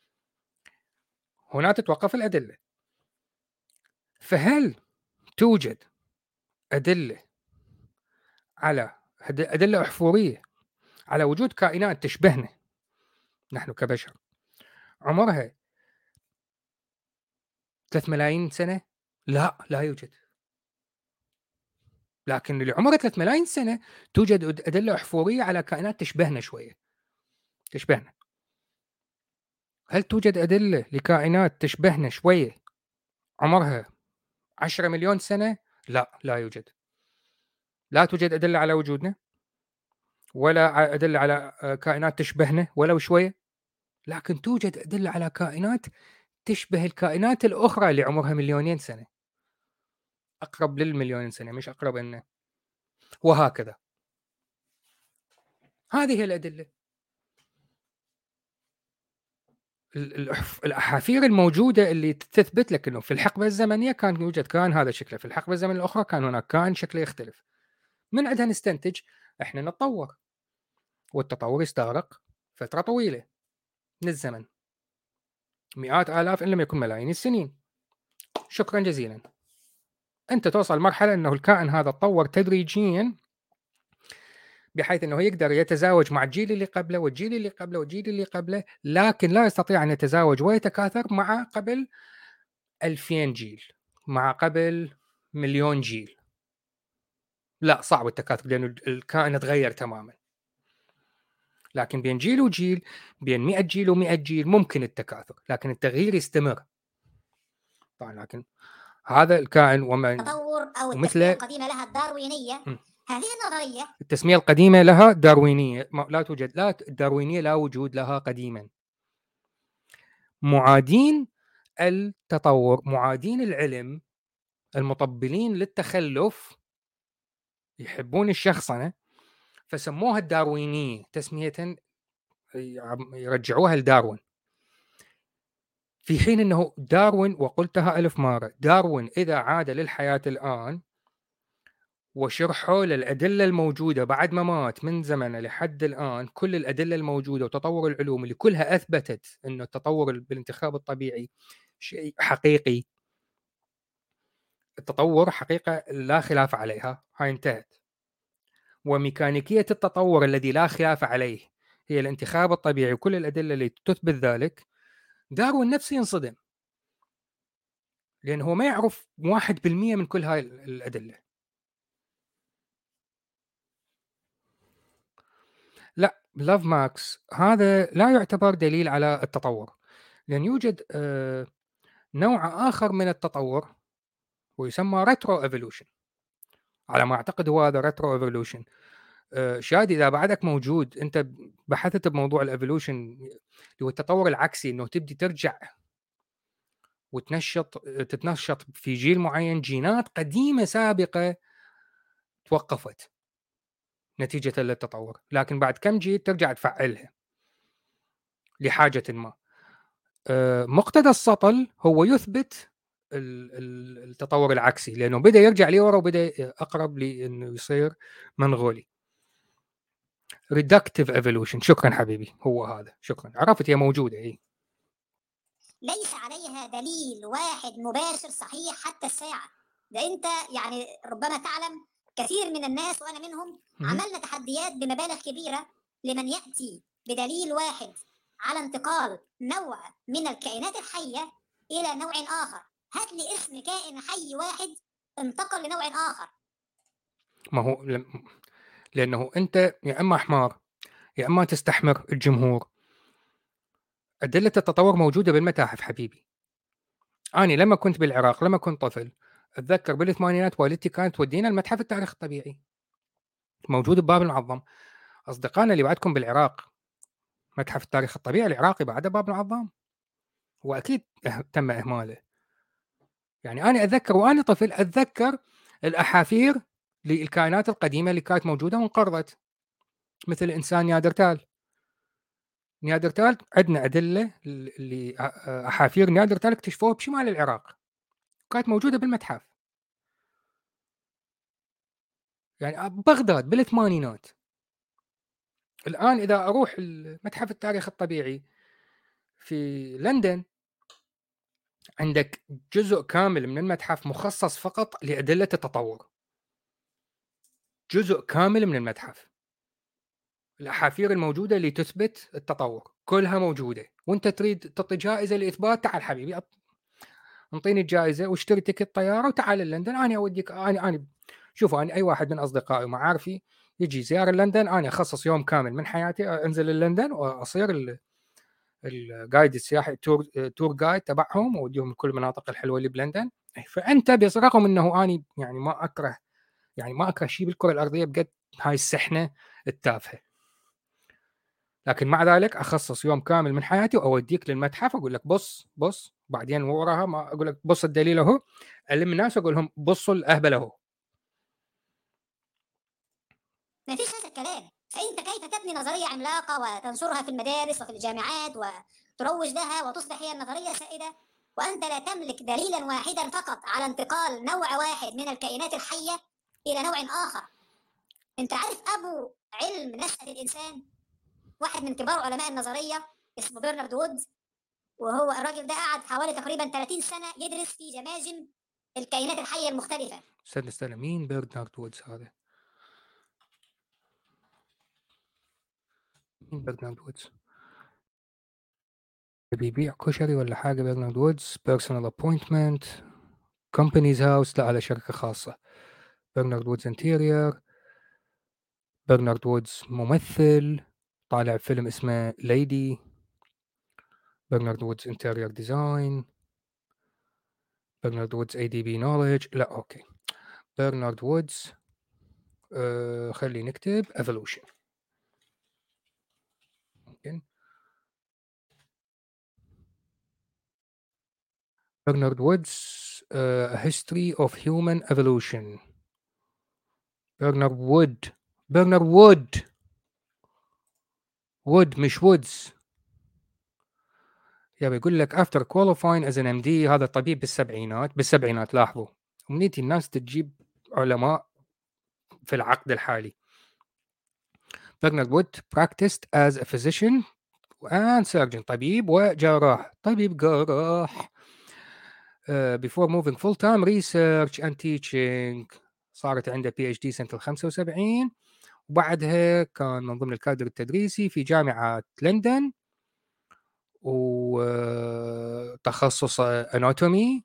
هنا تتوقف الأدلة. فهل توجد أدلة على أدلة أحفورية على وجود كائنات تشبهنا نحن كبشر عمرها 3 ملايين سنة؟ لا، لا يوجد. لكن اللي عمره 3 ملايين سنة توجد أدلة أحفورية على كائنات تشبهنا شوية، تشبهنا. هل توجد أدلة لكائنات تشبهنا شوية عمرها 10 مليون سنة؟ لا، لا يوجد. لا توجد أدلة على وجودنا ولا أدلة على كائنات تشبهنا ولو شوية، لكن توجد أدلة على كائنات تشبه الكائنات الأخرى اللي عمرها مليونين سنة، أقرب للمليون سنة مش أقرب لنا، وهكذا. هذه هي الأدلة. الأحافير الموجودة اللي تثبت لك أنه في الحقبة الزمنية كان يوجد كائن هذا شكله، في الحقبة الزمنية الأخرى كان هناك كائن شكله يختلف. من عندها نستنتج إحنا نتطور، والتطور يستغرق فترة طويلة من الزمن، مئات آلاف إن لم يكن ملايين السنين. شكرا جزيلا. أنت توصل مرحلة أنه الكائن هذا تطور تدريجيا بحيث أنه يقدر يتزاوج مع الجيل اللي قبله والجيل اللي قبله والجيل اللي قبله، لكن لا يستطيع أن يتزاوج ويتكاثر مع قبل 2000 جيل، مع قبل مليون جيل. لا، صعب التكاثر لأنه الكائن تغير تماما. لكن بين جيل وجيل، بين 100 جيل و100 جيل ممكن التكاثر، لكن التغيير يستمر. طبعا لكن هذا الكائن ومن التطور أو ومثل التسمية القديمة لها الداروينية، هذه النظرية التسمية القديمة لها داروينية، لا توجد، لا الداروينية لا وجود لها قديما. معادين التطور، معادين العلم، المطبلين للتخلف، يحبون الشخصنة، فسموها الداروينية تسمية يرجعوها لداروين، في حين أنه داروين، وقلتها 1000 مرة، داروين إذا عاد للحياة الآن وشرحوا للأدلة الموجودة بعد ما مات من زمن لحد الآن، كل الأدلة الموجودة وتطور العلوم اللي كلها أثبتت أنه التطور بالانتخاب الطبيعي شيء حقيقي، التطور حقيقة لا خلاف عليها، هاي انتهت. وميكانيكية التطور الذي لا خلاف عليه هي الانتخاب الطبيعي، وكل الأدلة اللي تثبت ذلك. داروين نفسه ينصدم لأنه هو ما يعرف 1% من كل هاي الأدلة. لا، لاف ماكس هذا لا يعتبر دليل على التطور، لأن يوجد نوع آخر من التطور ويسمى ريترو ايفولوشن، على ما أعتقد هو هذا ريترو ايفولوشن. شادي إذا بعدك موجود، أنت بحثت بموضوع الايفولوشن اللي هو التطور العكسي، إنه تبدي ترجع تتنشط في جيل معين، جينات قديمة سابقة توقفت نتيجة للتطور، لكن بعد كم جيل ترجع تفعلها لحاجة ما. مقتضى السطل هو يثبت التطور العكسي، لأنه بدأ يرجع لي ورا وبدأ أقرب لأنه يصير منغولي. reductive evolution. شكرا حبيبي، هو هذا. شكرا، عرفت هي موجودة. إيه؟ ليس عليها دليل واحد مباشر صحيح حتى الساعة. ده أنت يعني ربما تعلم كثير من الناس وأنا منهم عملنا تحديات بمبالغ كبيرة لمن يأتي بدليل واحد على انتقال نوع من الكائنات الحية إلى نوع آخر. هات لي اسم كائن حي واحد انتقل لنوع آخر. ما هو لأنه أنت يا إما حمار يا إما تستحمر الجمهور. أدلة التطور موجودة بالمتاحف حبيبي. أنا لما كنت بالعراق، لما كنت طفل، أتذكر بالثمانينات والدتي كانت تودينا المتحف التاريخ الطبيعي موجود بباب المعظم. أصدقائنا اللي بعدكم بالعراق، متحف التاريخ الطبيعي العراقي بعده باب المعظم، وأكيد تم إهماله. يعني أنا أتذكر وأنا طفل أتذكر الأحافير للكائنات القديمة اللي كانت موجودة وانقرضت، مثل الإنسان نياندرتال. نياندرتال عندنا أدلة اللي أحافير نياندرتال اكتشفوها بشمال العراق، كانت موجودة بالمتحف. يعني بغداد بالثمانينات. الآن إذا أروح المتحف التاريخ الطبيعي في لندن، عندك جزء كامل من المتحف مخصص فقط لأدلة التطور، جزء كامل من المتحف. الأحافير الموجودة اللي تثبت التطور كلها موجودة، وانت تريد تعطي جائزة لإثبات، تعال حبيبي انطيني الجائزة واشتري تيكت طيارة وتعال لندن، أنا أوديك. أنا شوفوا، أنا أي واحد من أصدقائي ومعارفي يجي زيارة لندن، أنا أخصص يوم كامل من حياتي أنزل لندن وأصير الجايد السياحي، تور جايد تبعهم، وأوديهم كل المناطق الحلوة اللي بلندن. فأنت رغم أنه أنا يعني ما أكره شيء بالكرة الأرضية بقد هاي السحنة التافهة، لكن مع ذلك أخصص يوم كامل من حياتي وأوديك للمتحف، أقول لك بص، بعدين وراها ما أقول لك بص الدليل أهو، ألم الناس أقول لهم بصوا الأهبل أهو. ما فيش هذا الكلام. فأنت كيف تبني نظرية عملاقة وتنشرها في المدارس وفي الجامعات وتروج لها وتصبح هي النظرية السائدة، وأنت لا تملك دليلا واحدا فقط على انتقال نوع واحد من الكائنات الحية إلى نوع آخر؟ أنت عارف أبو علم نشأة الإنسان، واحد من كبار علماء النظرية اسمه برنارد وودز، وهو الراجل ده قعد حوالي تقريبا 30 سنة يدرس في جماجم الكائنات الحية المختلفة. استنى، مين برنارد وودز هذا؟ مين برنارد وودز؟ بيبيع كشري ولا حاجة؟ برنارد وودز بيرسونال ابوينتمنت، كومبانيز هاوس، لا على شركة خاصة. برنارد وودز انتيريور، برنارد وودز ممثل طالع فيلم اسمه ليدي. برنارد وودز انتيريور ديزاين، برنارد وودز ADB نوليدج، لا اوكي. برنارد وودز خلي نكتب evolution ممكن. برنارد وودز a history of human evolution. برنارد وود مش وودز. يا بيقول لك after qualifying as an MD، هذا طبيب بالسبعينات لاحظوا، أمنيتي الناس تجيب علماء في العقد الحالي. برنارد وود practiced as a physician and surgeon، طبيب وجراح، before moving full time research and teaching. صارت عنده PhD سنة 75، وبعدها كان من ضمن الكادر التدريسي في جامعة لندن، وتخصص اناتومي.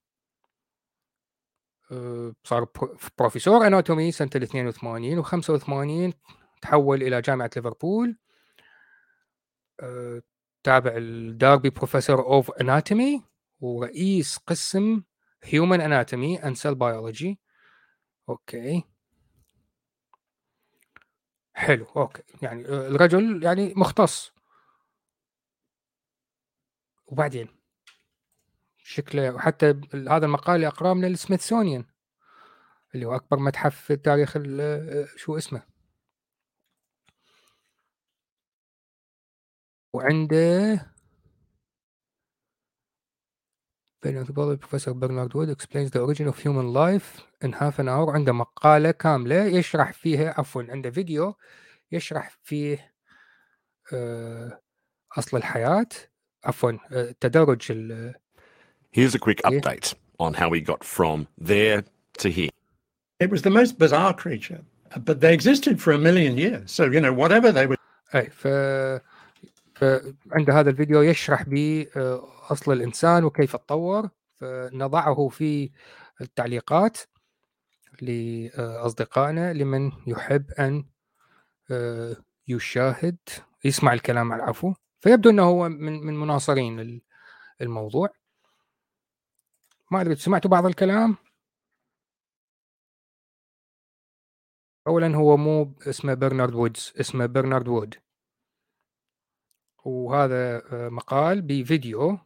صار بروفيسور اناتومي سنة 82 و85 تحول إلى جامعة ليفربول، تابع الداربي بروفيسور اوف اناتومي ورئيس قسم هيومن اناتومي اند سيل بيولوجي. اوكي حلو، اوكي يعني الرجل يعني مختص. وبعدين شكله حتى هذا المقال اللي اقراه من السميثسونيان اللي هو اكبر متحف في تاريخ شو اسمه، وعنده Professor Bernard Wood explains the origin of human life in half an hour. عنده مقالة كاملة يشرح فيها، عنده فيديو يشرح فيه أصل الحياة، تدرج Here's a quick update on how we got from there to here. It was the most bizarre creature, but they existed for 1,000,000 years. So, whatever they were. أي فعند هذا الفيديو يشرح به أصل الإنسان وكيف تطور، فنضعه في التعليقات. لأصدقائنا لمن يحب أن يشاهد يسمع الكلام العفو، فيبدو أنه هو من مناصرين الموضوع. ما أدري سمعتوا بعض الكلام. أولا هو مو اسمه برنارد وودز، اسمه برنارد وود، وهذا مقال بفيديو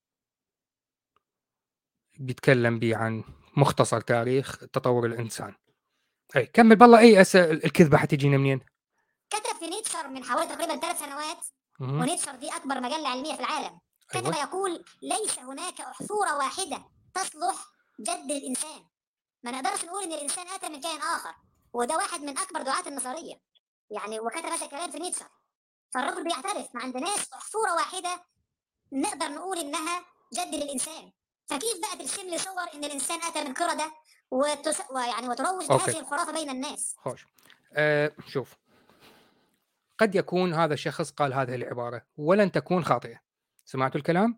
بيتكلم به عن مختصر تاريخ تطور الإنسان. أي كمل بالله. أي الكذبة حتجينا منين؟ كتب في نيتشر من حوالي تقريبا 3 سنوات، ونيتشر دي أكبر مجلة علمية في العالم. كتب أيوة. يقول: ليس هناك أحفورة واحدة تصلح جد الإنسان. ما نقدرش نقول إن الإنسان أتى من كائن آخر، وده واحد من أكبر دعاة النظرية يعني، وكتب هذا الكلام في نيتشر. فالرجل بيعترف ما عندناش أحفورة واحدة نقدر نقول إنها جد للإنسان. فكيف بقى ترسم لي صور إن الإنسان أتى من قردة ويعني وتروج هذه الخرافة بين الناس؟ خوش. شوف، قد يكون هذا الشخص قال هذه العبارة ولن تكون خاطئة. سمعتوا الكلام؟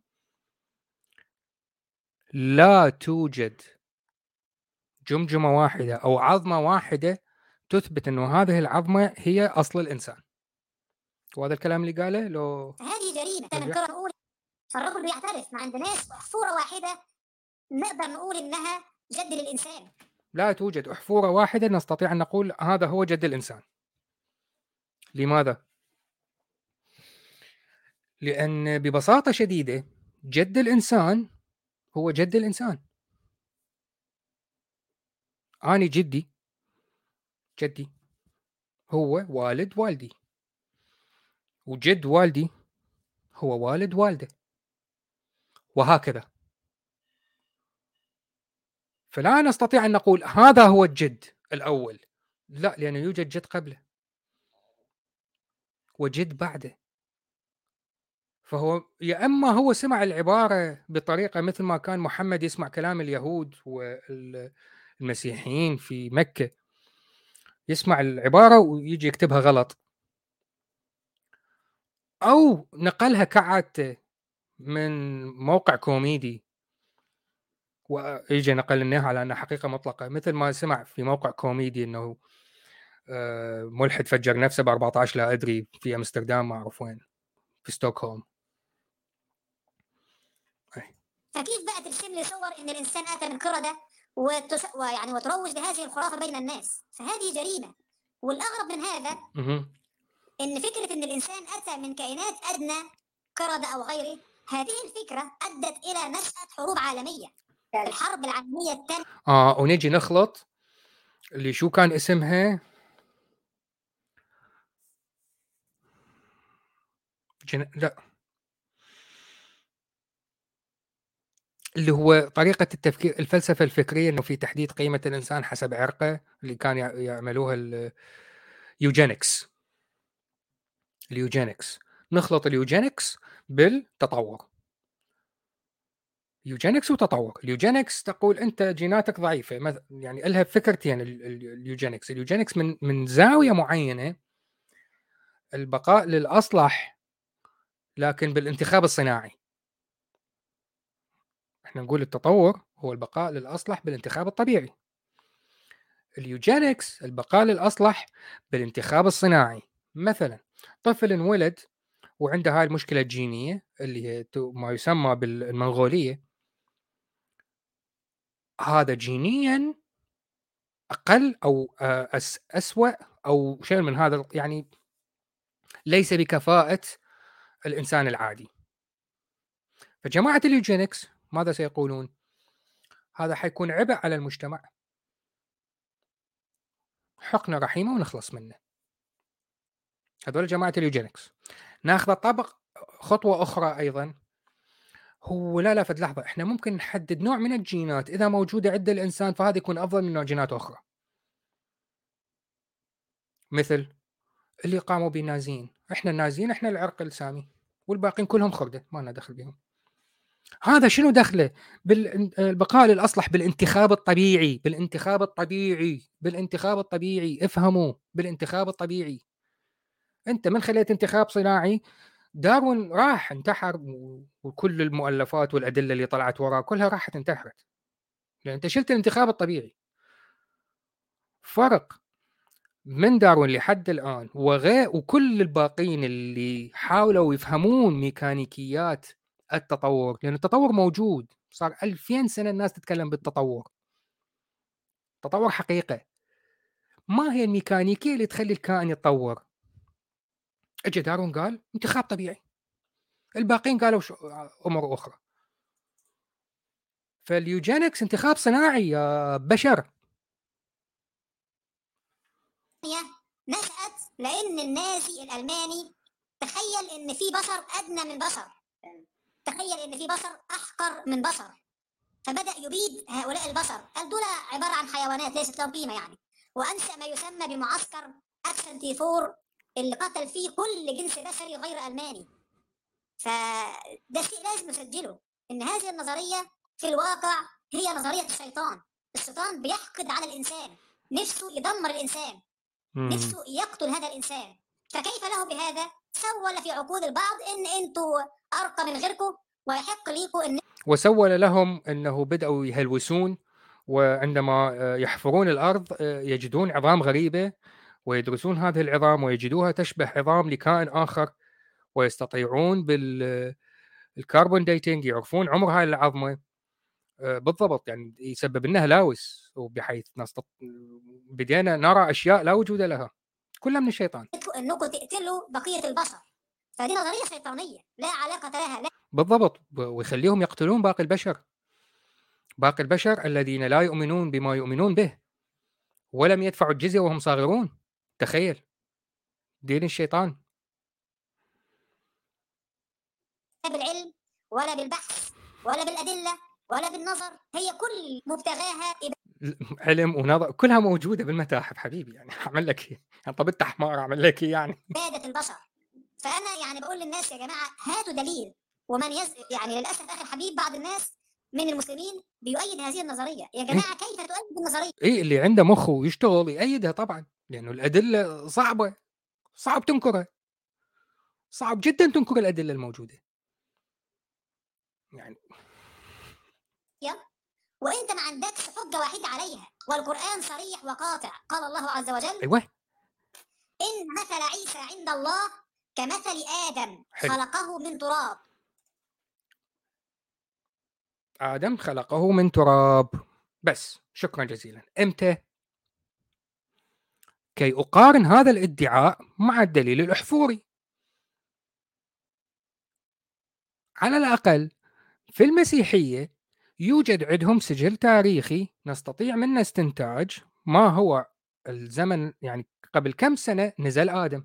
لا توجد جمجمة واحدة أو عظمة واحدة تثبت أنه هذه العظمة هي أصل الإنسان. وهذا الكلام اللي قاله لو هذه جريمة من قرن أولى. فالرجل بيعترف ما عندناش أحفورة واحدة نقدر نقول إنها جد للإنسان. لا توجد أحفورة واحدة نستطيع أن نقول هذا هو جد الإنسان. لماذا؟ لأن ببساطة شديدة جد الإنسان هو جد الإنسان. أنا جدي هو والد والدي، وجد والدي هو والد والده، وهكذا. فلا نستطيع أن نقول هذا هو الجد الأول، لا، لأنه يوجد جد قبله وجد بعده. فهو يا أما هو سمع العبارة بطريقة مثل ما كان محمد يسمع كلام اليهود والمسيحيين في مكة، يسمع العبارة ويجي يكتبها غلط، أو نقلها كعادته من موقع كوميدي ويجي نقل النها على أنها حقيقة مطلقة، مثل ما سمع في موقع كوميدي أنه ملحد فجر نفسه ب14 لا أدري في أمستردام ما أعرف وين، في ستوكهولم. فكيف بقى ترسم لي صور إن الإنسان أتى من قردة ويعني وتروج لهذه الخرافة بين الناس؟ فهذه جريمة. والأغرب من هذا إن فكرة إن الإنسان أتى من كائنات أدنى قردة أو غيره، هذه الفكرة أدت إلى نشأة حروب عالمية. الحرب العالمية الثانية ونجي نخلط اللي شو كان اسمها لا، اللي هو طريقة التفكير، الفلسفة الفكرية، أنه في تحديد قيمة الإنسان حسب عرقه، اللي كان يعملوها اليوجينكس. نخلط اليوجينكس بالتطور. يوجينكس وتطور. اليوجينكس تقول أنت جيناتك ضعيفة، يعني لها فكرتين. اليوجينكس من زاوية معينة، البقاء للأصلح لكن بالانتخاب الصناعي. احنا نقول التطور هو البقاء للأصلح بالانتخاب الطبيعي. اليوجينكس البقاء للأصلح بالانتخاب الصناعي. مثلا طفل انولد وعنده هاي المشكلة الجينية اللي هي ما يسمى بالمنغولية، هذا جينيا أقل أو أسوأ أو شيء من هذا، يعني ليس بكفاءة الإنسان العادي. فجماعة اليوجينكس ماذا سيقولون؟ هذا حيكون عبء على المجتمع، حقنة رحيمة ونخلص منه. هذول جماعة اليوجينكس. ناخذ طبق خطوة أخرى أيضا، هو لا فد لحظة، إحنا ممكن نحدد نوع من الجينات إذا موجودة عند الإنسان فهذا يكون أفضل من نوع جينات أخرى، مثل اللي قاموا بالنازيين. إحنا النازيين إحنا العرق السامي والباقين كلهم خردة ما لنا دخل بهم. هذا شنو دخله بالبقاء للأصلح بالانتخاب الطبيعي؟ بالانتخاب الطبيعي. افهموا، بالانتخاب الطبيعي. أنت من خليت انتخاب صناعي، داروين راح انتحر، وكل المؤلفات والأدلة اللي طلعت وراه كلها راحت انتحرت، لأن أنت شلت الانتخاب الطبيعي. فرق من داروين لحد الآن وكل الباقين اللي حاولوا يفهمون ميكانيكيات التطور، لأن التطور موجود، صار 2000 سنة الناس تتكلم بالتطور، تطور حقيقة. ما هي الميكانيكية اللي تخلي الكائن يتطور؟ اجى داروين قال انتخاب طبيعي، الباقين قالوا أمور أخرى. فاليوجينكس انتخاب صناعي يا بشر. نشأت لأن النازي الألماني تخيل إن في بشر أدنى من بشر، تخيل إن في بشر أحقر من بشر، فبدأ يبيد هؤلاء البشر، قال دول عبارة عن حيوانات ليست لهم قيمة يعني، وأنشأ ما يسمى بمعسكر أكشن تي 4 اللي قتل فيه كل جنس بشري غير ألماني. فده شيء لازم نسجله، إن هذه النظرية في الواقع هي نظرية الشيطان. الشيطان بيحقد على الإنسان، نفسه يدمر الإنسان، نفسه يقتل هذا الإنسان، فكيف له بهذا؟ سول في عقول البعض إن أنتوا أرقى من غيركم ويحق ليكم إن وسول لهم أنه بدأوا يهلوسون، وعندما يحفرون الأرض يجدون عظام غريبة، ويدرسون هذه العظام ويجدوها تشبه عظام لكائن آخر، ويستطيعون بالكربون ديتينج يعرفون عمر هاي العظمة بالضبط، يعني يسبب لنا هلاوس، وبحيث بدينا نرى أشياء لا وجود لها كلها من الشيطان. انكم تقتلوا بقيه البشر، فدي نظريه شيطانيه لا علاقه لها. بالضبط، ويخليهم يقتلون باقي البشر الذين لا يؤمنون بما يؤمنون به ولم يدفعوا الجزية وهم صاغرون. تخيل دين الشيطان. لا بالعلم ولا بالبحث ولا بالأدلة ولا بالنظر، هي كل مبتغاها علم ونظر كلها موجودة بالمتاحف حبيبي، يعني أعمل لك إيه؟ يعني طب أنت حمار أعمل لك إيه يعني؟ إبادة البشر. فأنا يعني بقول للناس يا جماعة هاتوا دليل، ومن يعني للأسف أخي الحبيب بعض الناس من المسلمين بيؤيد هذه النظرية. يا جماعة كيف تؤيد النظرية؟ إيه اللي عنده مخه ويشتغل يأيدها طبعا، لأنه الأدلة صعبة، صعب تنكرها، صعب جدا تنكر الأدلة الموجودة يعني. وانت ما عندكش حجه وحيده عليها، والقران صريح وقاطع، قال الله عز وجل ايوه ان مثل عيسى عند الله كمثل ادم خلقه من تراب. ادم خلقه من تراب بس. شكرا جزيلا. امتى؟ كي اقارن هذا الادعاء مع الدليل الاحفوري. على الاقل في المسيحيه يوجد عندهم سجل تاريخي نستطيع منه استنتاج ما هو الزمن، يعني قبل كم سنة نزل آدم.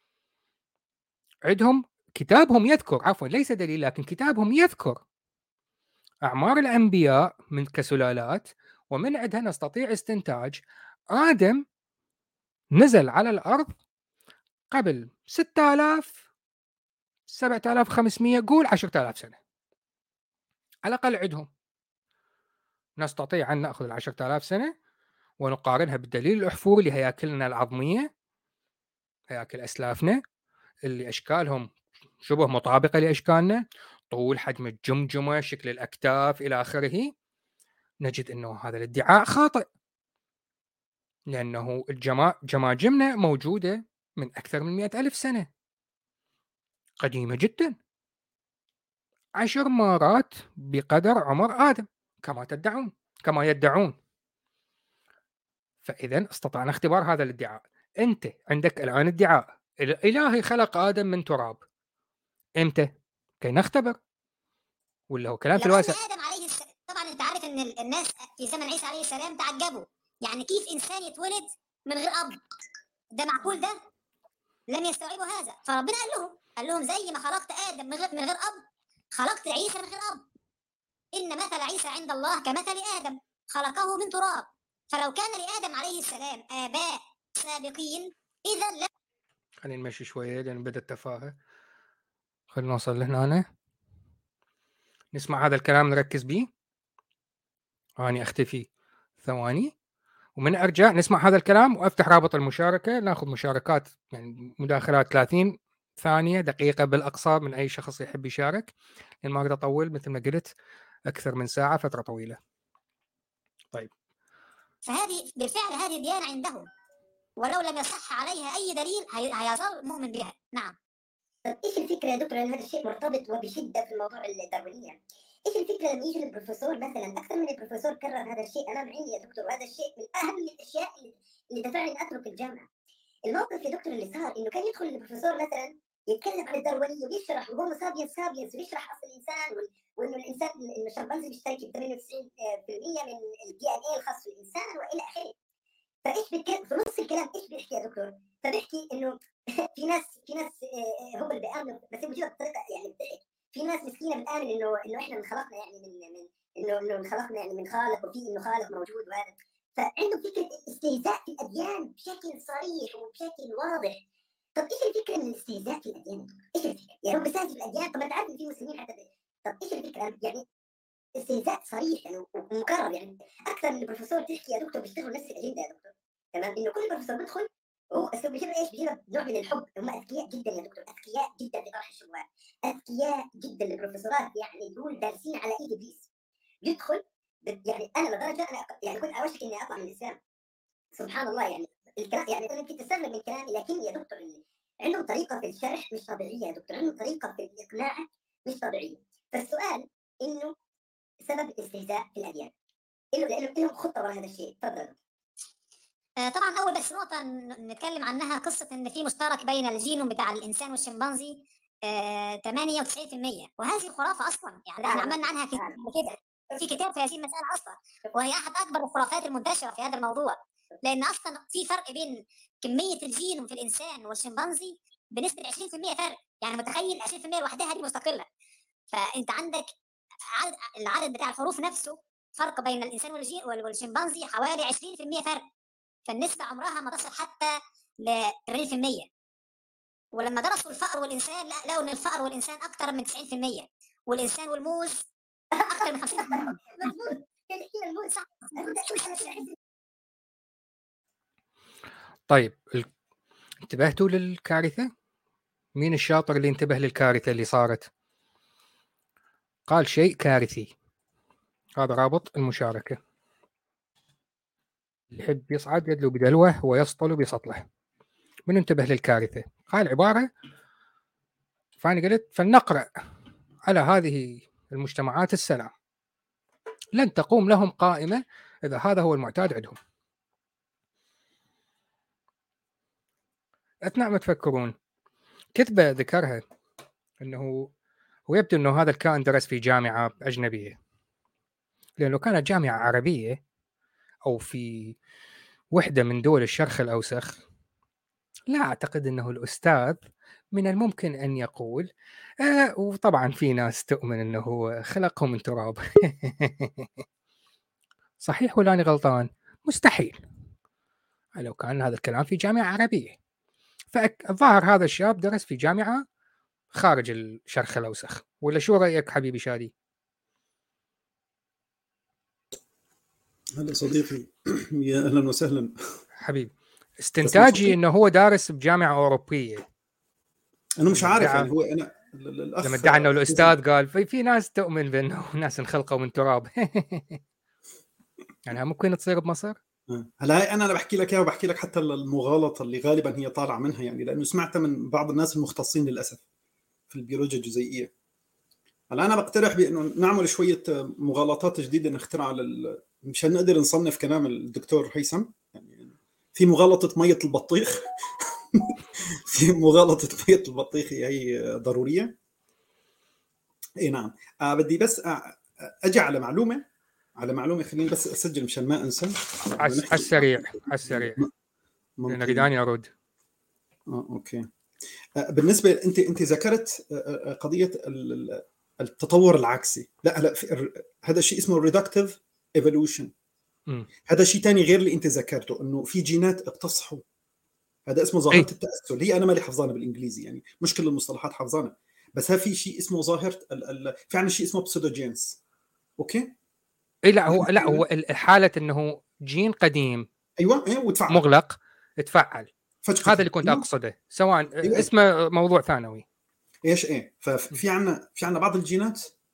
عندهم كتابهم يذكر، عفوا ليس دليل لكن كتابهم يذكر أعمار الأنبياء من كسلالات، ومن عندها نستطيع استنتاج آدم نزل على الأرض قبل 6000 7500 قول 10000 سنة على الأقل. عندهم نستطيع أن نأخذ 10000 سنة ونقارنها بالدليل الأحفوري لهياكلنا العظمية، هياكل أسلافنا اللي أشكالهم شبه مطابقة لأشكالنا، طول حجم الجمجمة، شكل الأكتاف إلى آخره. نجد أنه هذا الادعاء خاطئ، لأنه جماجمنا موجودة من أكثر من 100,000 سنة، قديمة جدا، 10 مرات بقدر عمر آدم كما يدعون. فإذا استطعنا اختبار هذا الادعاء. أنت عندك الآن ادعاء الإلهي خلق آدم من تراب، إمتى؟ كي نختبر، ولا هو كلام في الواسع؟ آدم عليه السلام، طبعا أنت عارف إن الناس في زمن عيسى عليه السلام تعجبوا، يعني كيف إنسان يتولد من غير أب؟ ده معقول؟ ده لم يستوعبوا هذا، فربنا قال لهم زي ما خلقت آدم من غير أب خلقت عيسى من غير أب. إن مثل عيسى عند الله كمثل آدم خلقه من تراب. فلو كان لآدم عليه السلام آباء سابقين إذا لا. خلينا نمشي شوية لأن بدأت تفاهة. خلينا نوصل لهنا، نسمع هذا الكلام نركز به. أنا أختفي ثواني ومن أرجع نسمع هذا الكلام وأفتح رابط المشاركة، ناخذ مشاركات يعني مداخلات 30 ثانية دقيقة بالأقصى من أي شخص يحب يشارك، لأن ما أقدر أطول مثل ما قلت أكثر من ساعة، فترة طويلة. طيب فهذه بالفعل هذه ديانة عندهم، ولو لم يصح عليها أي دليل هيظل مؤمن بها. نعم. طب ايش الفكره يا دكتور ان هذا الشيء مرتبط وبشده في الموضوع الداروينيه؟ ايش الفكره لما يجي البروفيسور مثلا، اكثر من البروفيسور كرر هذا الشيء امام عيني يا دكتور، وهذا الشيء من اهم الاشياء اللي دفعني اترك الجامعه. الموقف يا دكتور اللي صار انه كان يدخل البروفيسور مثلا يتكلم عن الداروينيه ويشرح وهو سابينس ويشرح اصل الانسان وانه الانسان انه الشمبانزي بيشترك ب 98% من الدي ان اي الخاص بالانسان والى اخره. فايش في نص الكلام ايش بيحكي يا دكتور؟ فبيحكي انه في ناس هم اللي بيامنوا، بس بوجهه بطريقه يعني بتضحك. في ناس مسكينه بتامن انه احنا انخلقنا يعني من انه انخلقنا يعني من خالق، وفي انه خالق موجود وهذا. فعنده فكره الاستهزاء في الاديان بشكل صريح وبشكل واضح. طب ايش الفكره من الاستهزاء في الاديان؟ ايش الفكره؟ يعني هو بيستهزئ في الاديان. طب انت عارف ان في مسلمين حتى طب ايش الفكره؟ يعني استهزاء صريح يعني ومكرر. يعني اكثر من البروفيسور تحكي يا دكتور بيشتغلوا نفس الاجنده يا دكتور. تمام، انه كل بروفيسور بيدخل هو اسلوب بيجيب ايش؟ بيجيب نوع من الحب. هم اذكياء جدا يا دكتور، اذكياء جدا في طرح الشبهات، اذكياء جدا. البروفيسورات يعني دول دارسين على ايد ابليس. يدخل يعني انا لدرجه انا يعني كنت اوشك اني اطلع من الاسلام. سبحان الله. يعني الكلام يعني انا كنت استغرب من كلامي، لكن يا دكتور عندهم طريقه في الشرح مش طبيعيه يا دكتور، عندهم طريقه في الاقناع مش طبيعيه. فالسؤال انه سبب الاستهزاء في الاديان لانه لهم خطه وراء هذا الشيء. تفضل. طبعا اول بس نقطه نتكلم عنها، قصه ان في مشترك بين الجينوم بتاع الانسان والشمبانزي 98%، وهذه خرافه اصلا. يعني احنا عملنا عنها كده في كتاب في هذه المساله اصلا، وهي احد اكبر الخرافات المنتشره في هذا الموضوع. لان اصلا في فرق بين كميه الجينوم في الانسان والشمبانزي بنسبه 20% فرق. يعني متخيل 20% لوحدها دي مستقله. فانت عندك العدد بتاع الحروف نفسه فرق بين الانسان والشمبانزي حوالي 20% فرق. فالنسبة عمرها ما تصل حتى ل 80%. ولما درسوا الفأر والإنسان لقوا إن الفأر والإنسان أكثر من 90%، والإنسان والموز أكثر من 50%. مظبوط. الموز صح. طيب انتبهتوا للكارثة؟ مين الشاطر اللي انتبه للكارثة اللي صارت؟ قال شيء كارثي. هذا رابط المشاركة. اللي يحب يصعد يدلو بدلوه ويسطل بسطله. من انتبه للكارثة؟ قال عبارة، فأنا قلت فلنقرأ على هذه المجتمعات السلام، لن تقوم لهم قائمة إذا هذا هو المعتاد عندهم. أثناء ما تفكرون، كتبة ذكرها أنه ويبدو أنه هذا الكائن درس في جامعة أجنبية، لأنه لو كانت جامعة عربية أو في وحدة من دول الشرق الأوسط لا أعتقد أنه الأستاذ من الممكن أن يقول وطبعا في ناس تؤمن أنه خلقهم من تراب. صحيح ولا أنا غلطان؟ مستحيل لو كان هذا الكلام في جامعة عربية. فظهر هذا الشاب درس في جامعة خارج الشرق الأوسط. ولا شو رأيك حبيبي شادي؟ هلا صديقي. يا أهلا وسهلا حبيبي. استنتاجي انه هو دارس بجامعه اوروبيه. انا مش عارف يعني هو انا الاخ لما ادعى انه الاستاذ قال في ناس تؤمن بانه ناس انخلقوا من تراب. يعني ممكن تصير بمصر. هلا هاي انا بحكي لك اياها، وبحكي لك حتى المغالطه اللي غالبا هي طالعه منها، يعني لانه سمعتها من بعض الناس المختصين للاسف في البيولوجيا الجزيئيه. هلا انا بقترح بانه نعمل شويه مغالطات جديده نخترعها مشان نقدر نصنف كلام الدكتور هيثم. يعني في مغالطه ميه البطيخ. في مغالطه ميه البطيخ هي ضروريه. اي نعم. بدي بس اجي على معلومه خليني بس اسجل مشان ما انسى. على السريع لأن ريداني ارد. اوكي. بالنسبه انت ذكرت قضيه التطور العكسي. لا هذا الشيء اسمه ريدكتيف ايفولوشن. هذا شيء ثاني غير اللي انت ذكرته، انه في جينات اقتصحوا. هذا اسمه ظاهره التأسل. هي انا مالي حفظانه بالانجليزي، يعني مش كل المصطلحات حفظانه، بس ها في شيء اسمه ظاهره في عندنا شيء اسمه بسودوجينز. اوكي. اي لا هو الحاله انه جين قديم ايوه وتفعل مغلق تفعل. هذا اللي كنت أيوة. اقصده، سواء اسمه موضوع ثانوي. ايش ففي عندنا بعض الجينات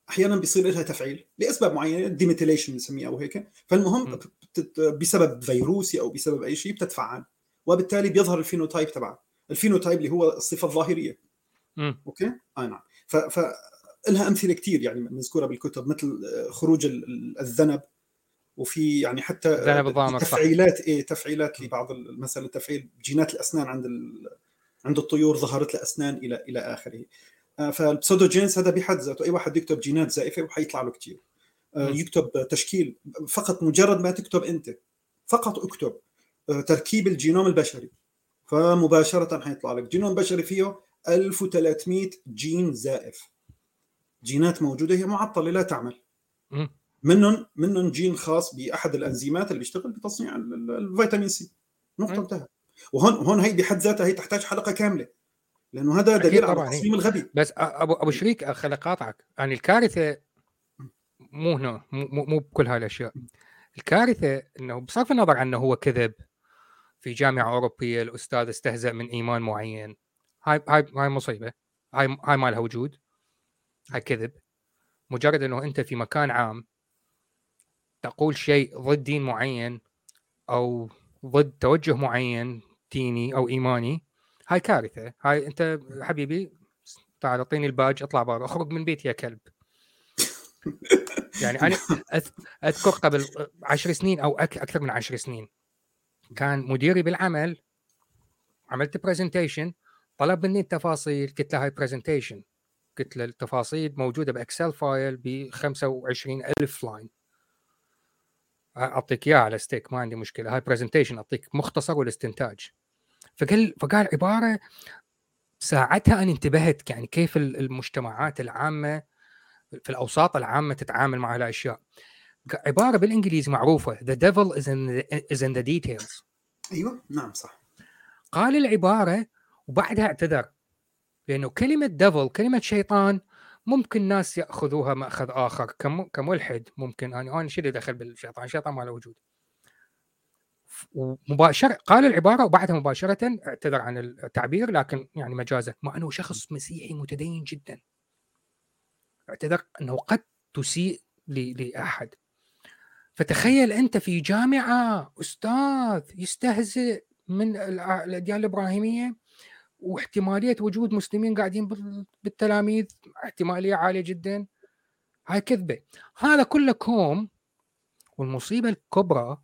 احيانا بيصير لها تفعيل لاسباب معينه، ديميتيليشن بنسميها او هيك. فالمهم بسبب فيروسي او بسبب اي شيء بتتفعل، وبالتالي بيظهر الفينوتايب تبعها، الفينوتايب اللي هو الصفه الظاهريه. اوكي نعم. فلها امثله كثير يعني مذكوره بالكتب، مثل خروج الذنب، وفي يعني حتى ذنب الضامر، تفعيلات تفعيلات لبعض مثلا تفعيل جينات الاسنان عند الطيور، ظهرت الاسنان الى اخره. فالبسودوجينز هذا بحد ذاته اي واحد يكتب جينات زائفه وحيطلع له كثير. يكتب تشكيل فقط، مجرد ما تكتب انت فقط اكتب تركيب الجينوم البشري، فمباشره حيطلع لك جينوم بشري فيه 1300 جين زائف، جينات موجوده هي معطله لا تعمل. منهم جين خاص باحد الانزيمات اللي بيشتغل بتصنيع الفيتامين سي، نقطه انتهى. وهون هي بحد ذاتها هي تحتاج حلقه كامله، لانه هذا دليل على التصميم الغبي. بس ابو شريك خليني اقاطعك، يعني الكارثه مو هنا، مو بكل هاي الاشياء. الكارثه انه بصرف النظر عنه هو كذب في جامعه اوروبيه، الاستاذ استهزأ من ايمان معين، هاي مصيبه، هاي ما لها وجود، هاي كذب. مجرد انه انت في مكان عام تقول شيء ضد دين معين او ضد توجه معين ديني او ايماني، هاي كارثه. هاي انت حبيبي تعال اعطيني الباج، اطلع برا، اخرج من بيتي يا كلب. يعني انا اذكر قبل 10 سنين او اكثر من 10 سنين كان مديري بالعمل، عملت برزنتيشن، طلب مني التفاصيل، قلت له هاي برزنتيشن، قلت له التفاصيل موجوده باكسل فايل ب 25,000 لاين، اعطيك اياها على ستيك، ما عندي مشكله، هاي برزنتيشن اعطيك مختصر والاستنتاج. فقال عباره ساعتها انا انتبهت، يعني كيف المجتمعات العامه في الاوساط العامه تتعامل مع هالاشياء. عباره بالانجليزي معروفه the devil is in the details. ايوه نعم صح. قال العباره وبعدها اعتذر، لانه كلمه devil كلمه شيطان ممكن ناس ياخذوها ماخذ اخر كملحد، ممكن انا شو اللي دخل بالشيطان، شيطان ما له وجود. ومباشره قال العباره وبعدها مباشره اعتذر عن التعبير، لكن يعني مجازا، مع انه شخص مسيحي متدين جدا، اعتذر انه قد تسيء لاحد. فتخيل انت في جامعه استاذ يستهزئ من الاديان الابراهيميه، واحتماليه وجود مسلمين قاعدين بالتلاميذ احتماليه عاليه جدا، هاي كذبه. هذا كله كوم. والمصيبه الكبرى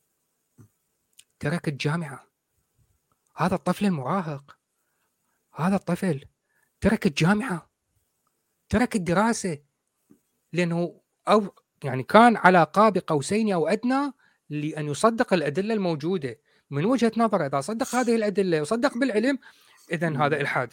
ترك الجامعه، هذا الطفل المراهق، هذا الطفل ترك الجامعه، ترك الدراسه، لانه او يعني كان على قاب قوسين او ادنى لان يصدق الادله الموجوده. من وجهه نظره اذا صدق هذه الادله وصدق بالعلم، اذا هذا الحاد.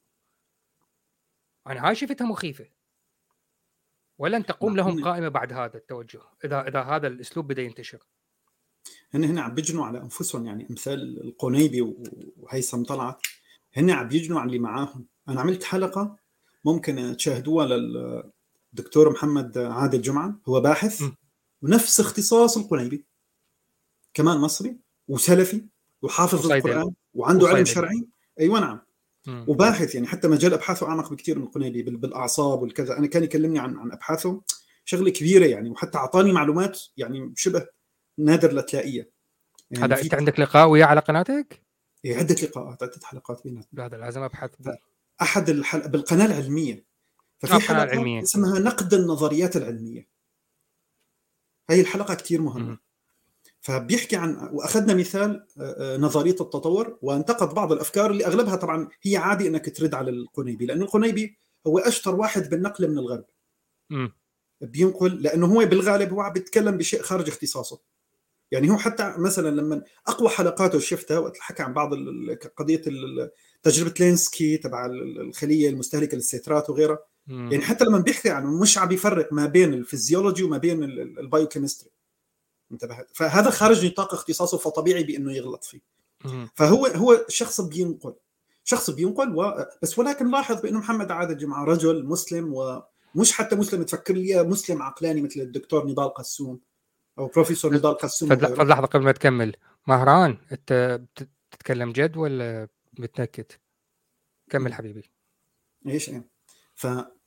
انا هاي شفتها مخيفه، ولن تقوم لهم قائمه بعد هذا التوجه اذا هذا الاسلوب بدا ينتشر. هن عم بيجنوا على انفسهم، يعني امثال القنيبي وهيثم طلعت، هن عم بيجنوا على اللي معاهم. انا عملت حلقه ممكن تشاهدوها للدكتور محمد عادل جمعه، هو باحث ونفس اختصاص القنيبي، كمان مصري وسلفي وحافظ القرآن وعنده علم شرعي. ايوه نعم. وباحث، يعني حتى مجال ابحاثه اعمق بكثير من القنيبي بالاعصاب والكذا. انا كان يكلمني عن ابحاثه، شغله كبيره يعني، وحتى اعطاني معلومات يعني شبه نادر لتلاقيها. يعني هذا انت عندك لقاء وياه على قناتك؟ عده لقاءات، عده حلقات بيناتنا. هذا لازم ابحث احد بالقناه العلميه. ففي حلقه اسمها نقد النظريات العلميه، هي الحلقه كثير مهمه. فبيحكي عن، واخذنا مثال نظريه التطور، وانتقد بعض الافكار اللي اغلبها طبعا هي عادي انك ترد على القنيبي، لانه القنيبي هو اشطر واحد بالنقل من الغرب. بينقل، لانه هو بالغالب هو عم بيتكلم بشيء خارج اختصاصه. يعني هو حتى مثلا لما اقوى حلقاته شفتها وقت حكى عن بعض قضيه تجربه لينسكي تبع الخليه المستهلكه للسترات وغيرها، يعني حتى لما بيحكي عنه مش عم بيفرق ما بين الفيزيولوجي وما بين البايوكيمستري، انتبهت؟ فهذا خارج نطاق اختصاصه، فطبيعي بانه يغلط فيه. فهو شخص بينقل بس. ولكن لاحظ بانه محمد عادل جمعه رجل مسلم، ومش حتى مسلم تفكر لي مسلم عقلاني مثل الدكتور نضال قسوم او بروفيسور نضال قسوم. فضل لحظه قبل ما تكمل، مهران انت بتتكلم جد ولا بتنكت؟ كمل حبيبي. ايش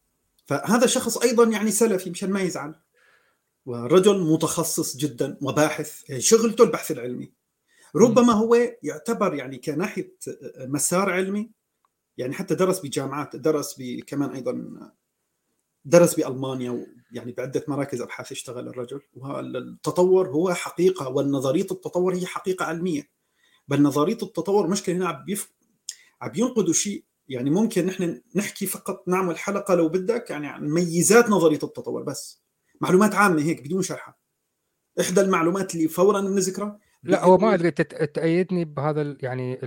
فهذا شخص ايضا يعني سلفي مشان ما يزعل، ورجل متخصص جدا وباحث، شغلته البحث العلمي. ربما هو يعتبر يعني كناحيه مسار علمي، يعني حتى درس بجامعات، درس كمان ايضا درس بألمانيا، يعني بعدة مراكز أبحاث اشتغل الرجل. والتطور هو حقيقة، والنظرية التطور هي حقيقة علمية. بل نظرية التطور مشكلة هنا عم ينقدوا شيء، يعني ممكن نحن نحكي فقط، نعمل حلقة لو بدك يعني عن ميزات نظرية التطور، بس معلومات عامة هيك بدون شرحها. إحدى المعلومات اللي فورا نذكرها، لا هو ما أدري تأيدني بهذا يعني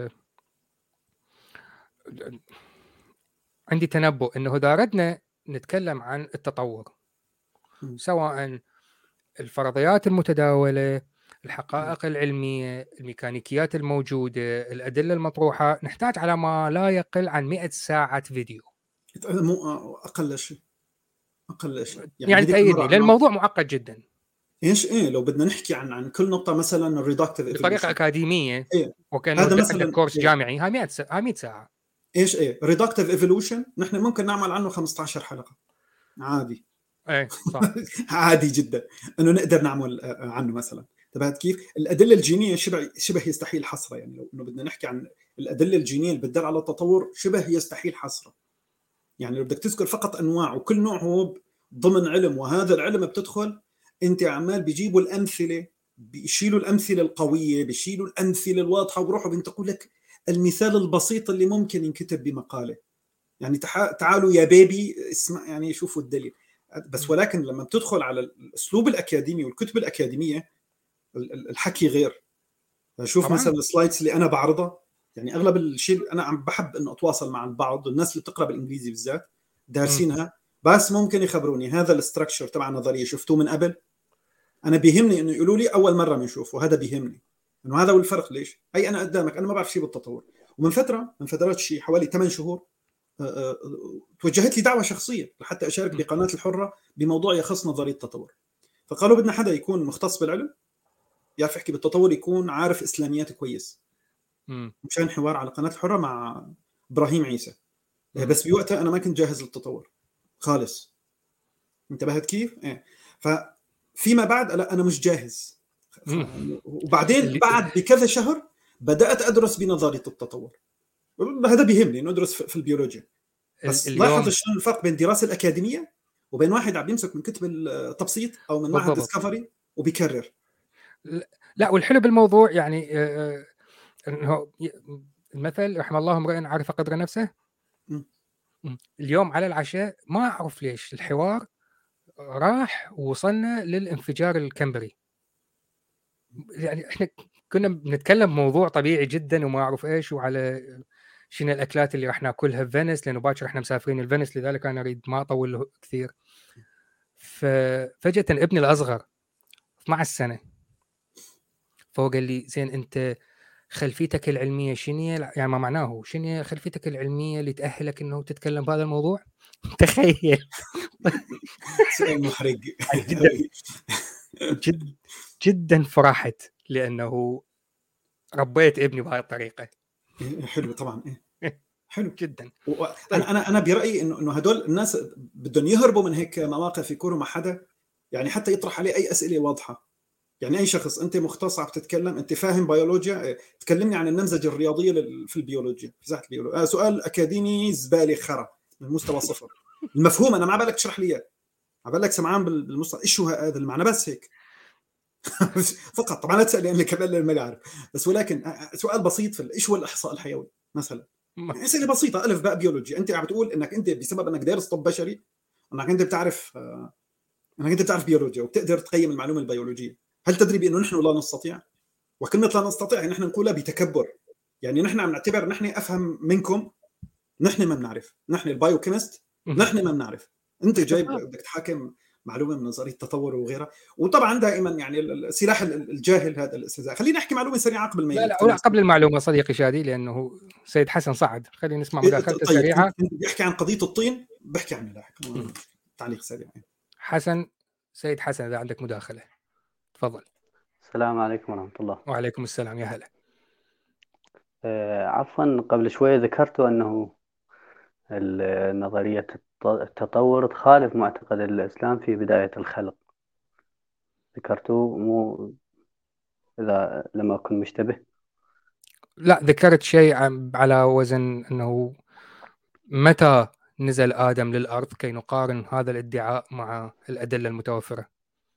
عندي تنبؤ إنه إذا أردنا نتكلم عن التطور، سواء الفرضيات المتداولة، الحقائق العلمية، الميكانيكيات الموجودة، الأدلة المطروحة، نحتاج على ما لا يقل عن 100 ساعة فيديو. مو أقل شيء، أقل شيء يعني تأيدني لأن الموضوع معقد جدا. ايش لو بدنا نحكي عن كل نقطه، مثلا الريدكتيف بطريقه اكاديميه، وكانه هذا عندك مثلا كورس جامعي، ها 100 ساعه. ايش ريدكتيف ايفولوشن نحن ممكن نعمل عنه 15 حلقه عادي. صح. عادي جدا انه نقدر نعمل عنه مثلا. تبعت كيف الادله الجينيه شبه يستحيل حصرها، يعني لو انه بدنا نحكي عن الادله الجينيه اللي بتدل على التطور شبه يستحيل حصرها. يعني لو بدك تذكر فقط انواع، وكل نوع هو ضمن علم، وهذا العلم بتدخل انت عمال بيجيبوا الامثله، بيشيلوا الامثله القويه، بيشيلوا الامثله الواضحه، وبروحوا بينتقوا لك المثال البسيط اللي ممكن ينكتب بمقاله. يعني تعالوا يا بيبي اسمع، يعني شوفوا الدليل بس. ولكن لما بتدخل على الاسلوب الاكاديمي والكتب الاكاديميه الحكي غير. شوف مثلا السلايدز اللي انا بعرضها، يعني اغلب الشيء انا عم بحب انه اتواصل مع البعض، الناس اللي بتقرا بالانجليزي بالذات دارسينها، بس ممكن يخبروني هذا الاستراكشر تبع النظريه شفتوه من قبل. انا بيهمني انه يقولوا لي اول مره بنشوفه، هذا بيهمني انه هذا هو الفرق. ليش؟ اي انا قدامك انا ما بعرف شيء بالتطور. ومن فترات شيء حوالي 8 شهور توجهت لي دعوه شخصيه لحتى اشارك بقناه الحره بموضوع يخص نظريه التطور. فقالوا بدنا حدا يكون مختص بالعلم، يعرف يحكي بالتطور، يكون عارف اسلاميات كويس، مشان حوار على قناه الحره مع ابراهيم عيسى. بس بوقتها انا ما كنت جاهز للتطور خالص. انتبهت كيف؟ ففيما بعد لا انا مش جاهز. وبعدين بعد بكذا شهر بدات ادرس بنظريه التطور. هذا بيهمني انه ادرس في البيولوجيا. بس لاحظ شلون الفرق بين الدراسه الاكاديميه وبين واحد عم يمسك من كتب التبسيط او من معهد ديسكفري وبيكرر. لا والحلو بالموضوع يعني انه المثل رحم الله امرئ عرف قدر نفسه. اليوم على العشاء ما اعرف ليش الحوار راح ووصلنا للانفجار الكمبري. يعني احنا كنا بنتكلم موضوع طبيعي جدا وما اعرف ايش، وعلى شنو الاكلات اللي راح ناكلها بفينيس، لانه باكر احنا مسافرين الفينيس، لذلك انا اريد ما اطول له كثير. ففجاه ابني الاصغر 12 سنه فهو قال لي زين انت خلفيتك العلميه شنو؟ يعني ما معناه شنو خلفيتك العلميه اللي تاهلك انه تتكلم بهذا الموضوع؟ تخيل. سؤال محرج. جدا فرحت لانه ربيت ابني بهاي الطريقه. حلو طبعا. حلو جدا. انا برايي انه هدول الناس بدهم يهربوا من هيك مواقف، يكونوا مع حدا يعني حتى يطرح عليه اي اسئله واضحه. يعني اي شخص انت مختص عم تتكلم، انت فاهم بيولوجيا، تكلمني عن النمذجه الرياضيه في البيولوجيا، في ساحه البيولوجيا. سؤال اكاديمي زباله خرا من مستوى صفر. المفهوم انا ما بالك تشرح لي اياه، ما بالك سمعان بالمصطلح ايش هو هذا المعنى، بس هيك فقط. طبعا لا تسالني انا كمان ما اعرف، بس ولكن سؤال بسيط في ايش هو الاحصاء الحيوي مثلا، اسئله بسيطه الف باء بيولوجي. انت عم تقول انك انت بسبب انك دارس طب بشري انك انت بتعرف بيولوجيا وبتقدر تقيم المعلومه البيولوجيه. هل تدري بانه نحن لا نستطيع؟ وكلمه لا نستطيع يعني نحن نقولها بتكبر، يعني نحن عم نعتبر نحن افهم منكم. نحن ما بنعرف، نحن البايوكيمست نحن ما بنعرف. انت جاي بدك تحاكم معلومه من نظريه التطور وغيرها. وطبعا دائما يعني السلاح الجاهل هذا الاستهزاء. خلينا نحكي معلومه سريعه قبل ما لا قبل المعلومه صديقي شادي، لانه سيد حسن صعد، خلينا نسمع مداخلته سريعه. بيحكي عن قضيه الطين، بحكي عنها لاحقا. تعليق سريع. حسن، سيد حسن اذا عندك مداخله تفضل. السلام عليكم ورحمه الله. وعليكم السلام، يا هلا. عفوا قبل شويه ذكرتوا انه نظريه التطور تخالف معتقد الإسلام في بداية الخلق. ذكرتوه مو إذا لم أكن مشتبه؟ لا، ذكرت شيء على وزن أنه متى نزل آدم للأرض كي نقارن هذا الادعاء مع الأدلة المتوفرة.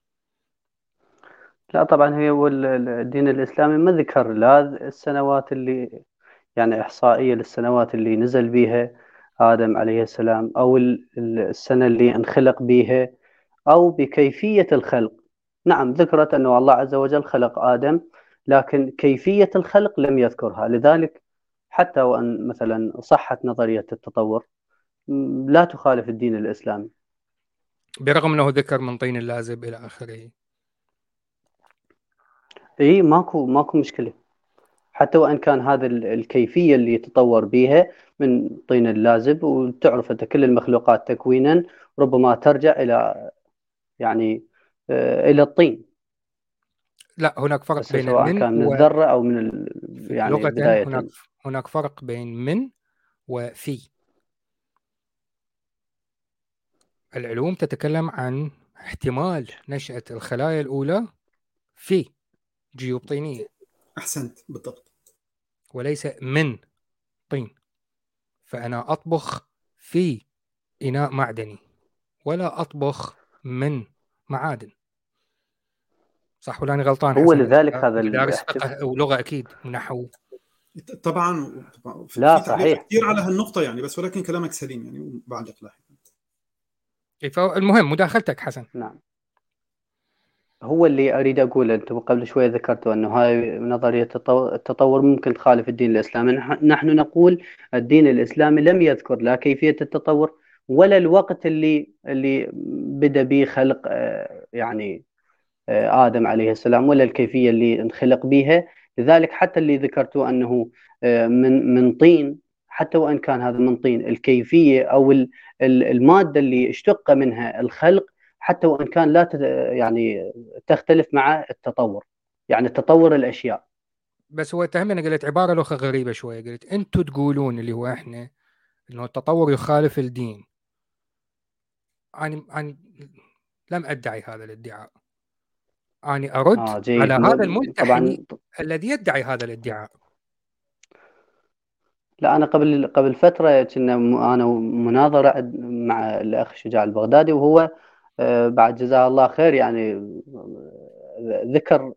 لا طبعا، الدين الإسلامي ما ذكر لا السنوات اللي يعني إحصائية للسنوات اللي نزل بيها آدم عليه السلام، أو السنة اللي انخلق بيها، أو بكيفية الخلق. نعم ذكرت أنه الله عز وجل خلق آدم، لكن كيفية الخلق لم يذكرها. لذلك حتى وأن مثلا صحت نظرية التطور لا تخالف الدين الإسلامي، برغم أنه ذكر من طين اللازب إلى آخره. اي ماكو مشكلة، حتى وان كان هذا الكيفية اللي يتطور بها من طين اللازب. وتعرف انت كل المخلوقات تكوينا ربما ترجع الى يعني الى الطين. لا، هناك فرق بين سواء من كان من الذرة او من يعني لغة. بداية. هناك فرق بين من وفي. العلوم تتكلم عن احتمال نشأة الخلايا الأولى في جيوب طينية. احسنت بالضبط. وليس من طين. فأنا أطبخ في إناء معدني ولا أطبخ من معادن. صح ولا أنا غلطان هو حسن؟ لذلك هذا دارس فقه أو لغة أكيد ونحو. طبعا لا في تعليق صحيح. كثير على هالنقطة يعني، بس ولكن كلامك سليم يعني، وبعلق لاحقا. فالمهم مداخلتك حسن. نعم، هو اللي أريد أقول. أنتم قبل شوية ذكرتوا أنه هاي نظرية التطور ممكن تخالف الدين الإسلامي. نحن نقول الدين الإسلامي لم يذكر لا كيفية التطور ولا الوقت اللي بدأ به خلق يعني آدم عليه السلام، ولا الكيفية اللي انخلق بها. لذلك حتى اللي ذكرتوا أنه من طين، حتى وإن كان هذا من طين، الكيفية أو المادة اللي اشتق منها الخلق حتى وإن كان لا يعني تختلف مع التطور، يعني تطور الأشياء. بس هو اتهمنا، قلت عبارة لغة غريبة شوية، قلت أنتوا تقولون اللي هو إحنا إنه التطور يخالف الدين. أنا لم أدعي هذا الادعاء. أنا أرد على جيد. هذا الملتحي طبعا الذي يدعي هذا الادعاء. لا، أنا قبل فترة كنا أنا مناظرة مع الأخ شجاع البغدادي، وهو بعد جزاه الله خير يعني ذكر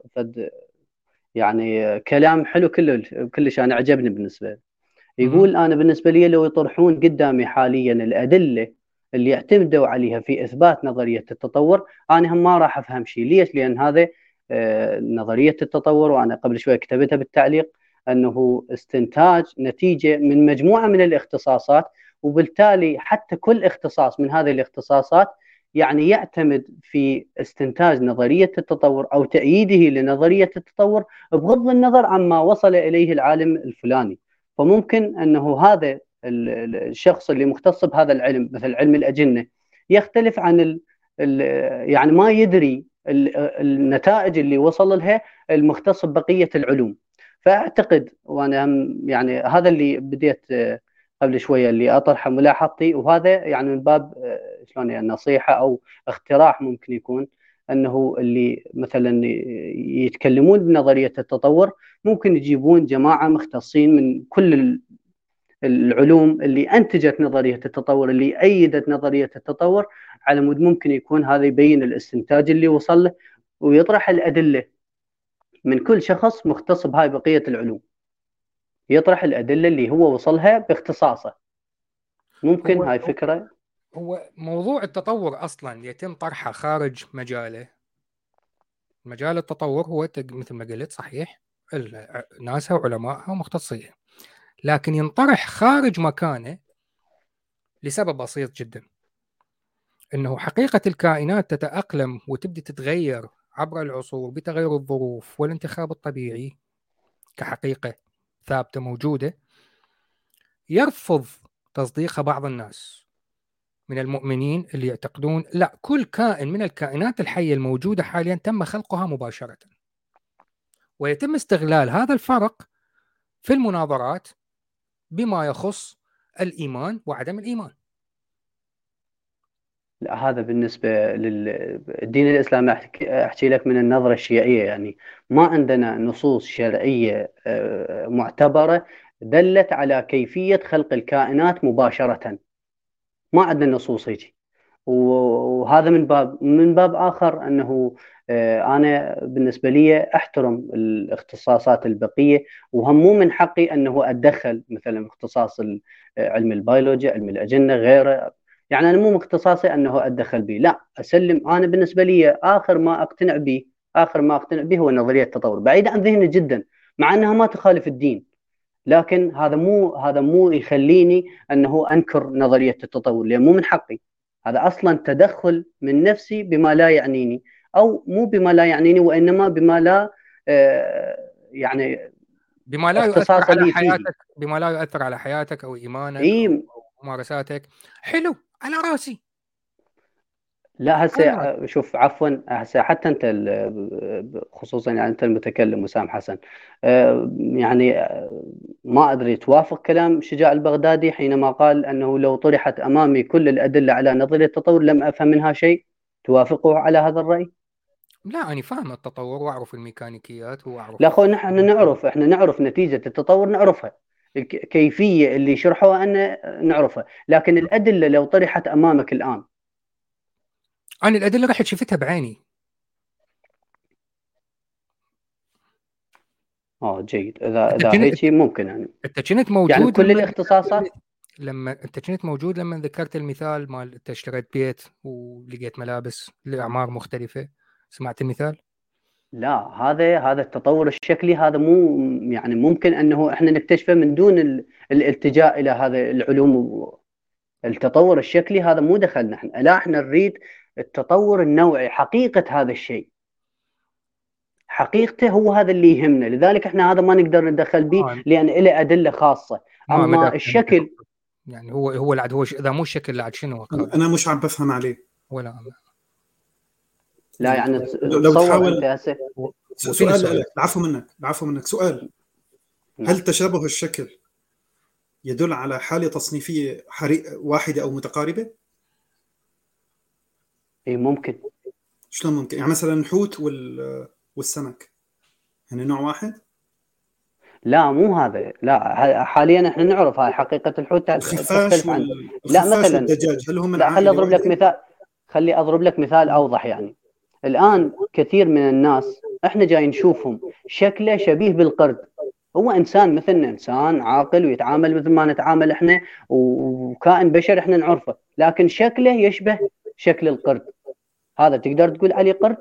يعني كلام حلو كلش أنا عجبني بالنسبة لي. يقول أنا بالنسبة لي لو يطرحون قدامي حاليا الأدلة اللي اعتمدوا عليها في إثبات نظرية التطور، أنا هم ما راح أفهم شيء. ليش؟ لأن هذا نظرية التطور، وأنا قبل شوي كتبتها بالتعليق، أنه استنتاج نتيجة من مجموعة من الاختصاصات، وبالتالي حتى كل اختصاص من هذه الاختصاصات يعني يعتمد في استنتاج نظرية التطور أو تأييده لنظرية التطور بغض النظر عما وصل إليه العالم الفلاني. فممكن أنه هذا الشخص اللي مختص بهذا العلم مثل علم الأجنة يختلف عن يعني ما يدري النتائج اللي وصل لها المختص ببقية العلوم. فأعتقد، وأنا يعني هذا اللي بديت قبل شوية اللي أطرح ملاحظتي، وهذا يعني من باب شلون يعني نصيحة أو اقتراح ممكن يكون، أنه اللي مثلا يتكلمون بنظرية التطور ممكن يجيبون جماعة مختصين من كل العلوم اللي أنتجت نظرية التطور، اللي أيدت نظرية التطور، على مود ممكن يكون هذا يبين الاستنتاج اللي وصل له، ويطرح الأدلة من كل شخص مختص بهاي بقية العلوم، يطرح الأدلة اللي هو وصلها باختصاصه. ممكن هاي فكرة. هو موضوع التطور أصلا يتم طرحه خارج مجاله. مجال التطور هو مثل ما قلت صحيح ناسها وعلمائها ومختصين، لكن ينطرح خارج مكانه لسبب بسيط جدا، أنه حقيقة الكائنات تتأقلم وتبدأ تتغير عبر العصور بتغير الظروف والانتخاب الطبيعي كحقيقة ثابتة موجودة. يرفض تصديقها بعض الناس من المؤمنين اللي يعتقدون لا، كل كائن من الكائنات الحية الموجودة حاليا تم خلقها مباشرة، ويتم استغلال هذا الفرق في المناظرات بما يخص الإيمان وعدم الإيمان. لا، هذا بالنسبة للدين الإسلامي أحكي لك من النظرة الشيعية. يعني ما عندنا نصوص شرعية معتبرة دلت على كيفية خلق الكائنات مباشرة. ما عندنا نصوص هيك. وهذا من باب آخر أنه أنا بالنسبة لي أحترم الاختصاصات البقية، وهم مو من حقي أنه أتدخل مثلا اختصاص علم البيولوجيا، علم الأجنة، غيره. يعني أنا مو اختصاصي أنه أتدخل به، لا أسلم. أنا بالنسبة لي آخر ما أقتنع به هو نظرية التطور، بعيدة عن ذهني جدا، مع أنها ما تخالف الدين. لكن هذا مو يخليني أنه أنكر نظرية التطور، لأن مو من حقي. هذا أصلا تدخل من نفسي بما لا يعنيني، أو مو بما لا يعنيني، وإنما بما لا يعني بما لا يؤثر اختصاص على لي فيه. حياتك، بما لا يؤثر على حياتك أو إيمانك إيه. أو ممارساتك. حلو، على راسي. لا هسه أنا شوف، عفوا، هسه حتى انت خصوصا يعني انت المتكلم وسام حسن، يعني ما ادري توافق كلام شجاع البغدادي حينما قال انه لو طرحت امامي كل الادله على نظريه التطور لم افهم منها شيء. توافقه على هذا الراي؟ لا، أنا فاهم التطور وأعرف الميكانيكيات لا وأعرف. اخوي، احنا نعرف نتيجه التطور، نعرفها. الكيفيه اللي شرحوها أن نعرفها، لكن الادله لو طرحت امامك الان. أنا الأدلة رحت شفتها بعيني. جيد. أنت اذا كنت هيك ممكن يعني. أنت كنت يعني موجود كل الاختصاصات. لما ذكرت المثال مال أنت اشتريت بيت ولقيت ملابس لأعمار مختلفة. سمعت المثال؟ لا، هذا التطور الشكلي، هذا مو يعني ممكن انه احنا نكتشفه من دون الالتجاء الى هذا العلوم. التطور الشكلي هذا مو دخلنا احنا، لا احنا نريد التطور النوعي، حقيقة هذا الشيء، حقيقته هو هذا اللي يهمنا. لذلك احنا هذا ما نقدر ندخل به لان له ادلة خاصة. اما الشكل يعني هو العد، هو اذا مو الشكل العد شنو؟ انا مش عم بفهم عليه ولا لا. يعني لو تحاول انت هسه سؤال. العفو منك سؤال. هل تشابه الشكل يدل على حالة تصنيفية واحدة أو متقاربة؟ اي ممكن. شلون ممكن؟ يعني مثلا الحوت والسمك يعني نوع واحد؟ لا مو هذا. لا، حاليا احنا نعرف هاي حقيقة الحوت تختلف عن لا مثلا والدجاج، هل هم من لا، خلي اضرب لك مثال اوضح. يعني الان كثير من الناس احنا جاي نشوفهم شكله شبيه بالقرد. هو انسان مثلنا، انسان عاقل ويتعامل مثل ما نتعامل احنا، وكائن بشر احنا نعرفه، لكن شكله يشبه شكل القرد. هذا تقدر تقول عليه قرد؟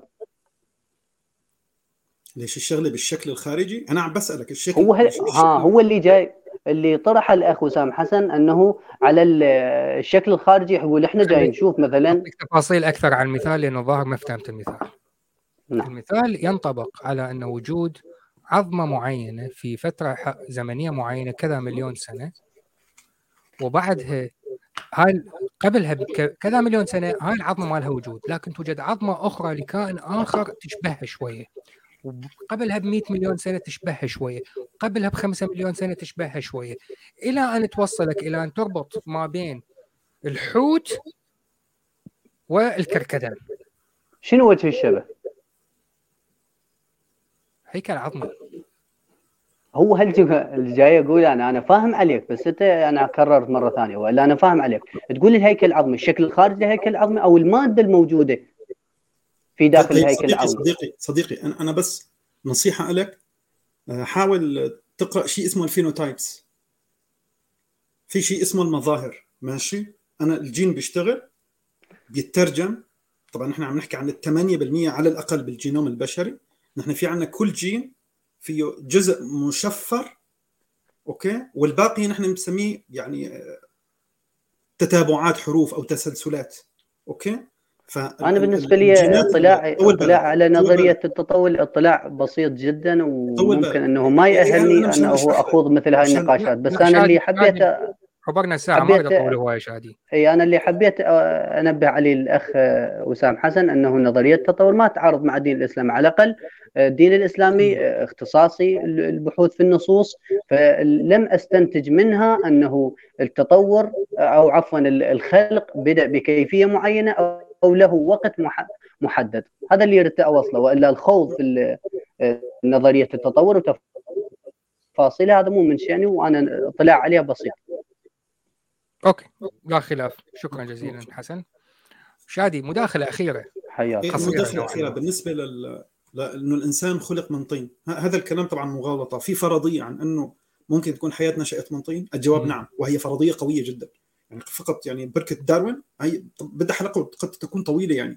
ليش الشغله بالشكل الخارجي؟ انا عم بسالك الشكل. هو اللي جاي، اللي طرح الاخ وسام حسن انه على الشكل الخارجي. يقول احنا جاي نشوف مثلا تفاصيل اكثر عن المثال لانه ظاهر ما فهمت المثال. نعم. المثال ينطبق على ان وجود عظمه معينه في فتره زمنيه معينه كذا مليون سنه، وبعدها هاي قبلها كذا مليون سنه هاي العظمه ما لها وجود، لكن توجد عظمه اخرى لكائن اخر تشبهها شويه، وقبلها ب100 مليون سنه تشبهها شويه، قبلها ب5 مليون سنه تشبهها شويه، الى ان توصلك الى ان تربط ما بين الحوت والكركدن. شنو وجه الشبه؟ هيكل عظمي. هو اللي جاي يقول انا فاهم عليك، بس انت انا كررت مره ثانيه، ولا انا فاهم عليك تقول الهيكل العظمي، الشكل الخارجي للهيكل العظمي، او الماده الموجوده في داخل الهيكل العظمي. صديقي انا بس نصيحه لك، حاول تقرا شيء اسمه الفينوتايبس، في شيء اسمه المظاهر. ماشي؟ انا الجين بيشتغل بيترجم. طبعا احنا عم نحكي عن 8% على الاقل بالجينوم البشري. نحن في عندنا كل جين فيه جزء مشفر، اوكي، والباقي نحن بنسميه يعني تتابعات حروف او تسلسلات، اوكي. انا بالنسبه لي اطلاع على نظريه التطور اطلاع بسيط جدا، وممكن انه ما يأهلني انه اخوض مثل هاي النقاشات، بس انا اللي حبيت عبرنا الساعة، ما حبيت أريد أطول هواية شادي. اي انا اللي حبيت انبه عليه الاخ وسام حسن انه نظريه التطور ما تعارض مع الدين الاسلامي، على الاقل الدين الاسلامي اختصاصي البحوث في النصوص، فلم استنتج منها انه التطور او عفوا الخلق بدا بكيفيه معينه او له وقت محدد. هذا اللي يريد اوصله، والا الخوض في نظريه التطور وتفاصيلها هذا مو من شأني، وانا اطلاع عليها بسيط. أوكي، لا خلاف. شكرا جزيلا حسن. شادي، مداخلة أخيرة. حياك. مداخلة أخيرة بالنسبة لأنه الإنسان خلق من طين. هذا الكلام طبعا مغالطة. في فرضية عن أنه ممكن تكون حياة نشأت من طين. الجواب نعم، وهي فرضية قوية جدا. يعني فقط يعني بركة داروين هي بدها حلقة قد تكون طويلة. يعني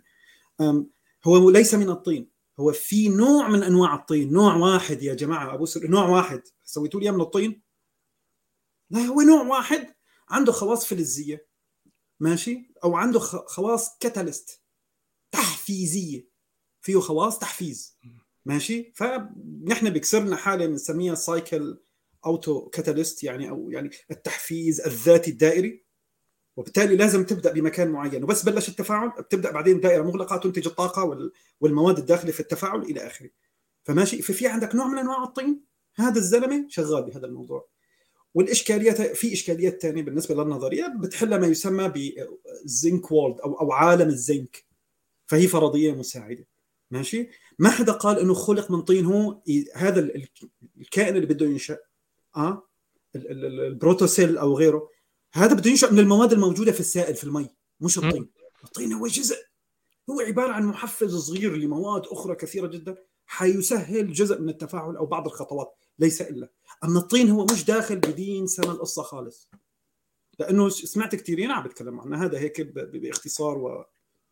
هو ليس من الطين، هو في نوع من أنواع الطين، نوع واحد يا جماعة. أبو سر نوع واحد سويتوا لي من الطين؟ لا، هو نوع واحد عنده خواص فلزية، ماشي، أو عنده خواص كاتاليست تحفيزية، فيه خواص تحفيز، ماشي. فنحن بكسرنا حالة بنسميها سايكل أوتو كاتاليست، يعني أو يعني التحفيز الذاتي الدائري. وبالتالي لازم تبدأ بمكان معين، وبس بلش التفاعل بتبدأ بعدين دائرة مغلقة تنتج الطاقة والمواد الداخلة في التفاعل إلى آخره. فماشي، ففي عندك نوع من أنواع الطين، هذا الزلمة شغال بهذا الموضوع. والإشكاليات، في إشكاليات تانية بالنسبة للنظرية بتحل ما يسمى بالزنك وولد أو عالم الزنك، فهي فرضية مساعدة، ماشي. ما حدا قال إنه خلق من طين. هو هذا الكائن اللي بده ينشأ البروتوسيل أو غيره، هذا بده ينشأ من المواد الموجودة في السائل في المي، مش الطين. الطين هو جزء، هو عبارة عن محفز صغير لمواد أخرى كثيرة جدا حيسهل جزء من التفاعل أو بعض الخطوات، ليس إلا. أما الطين هو مش داخل بدين سنة القصة خالص، لأنه سمعت كثيرين عم بتكلم عنه. هذا هيك باختصار.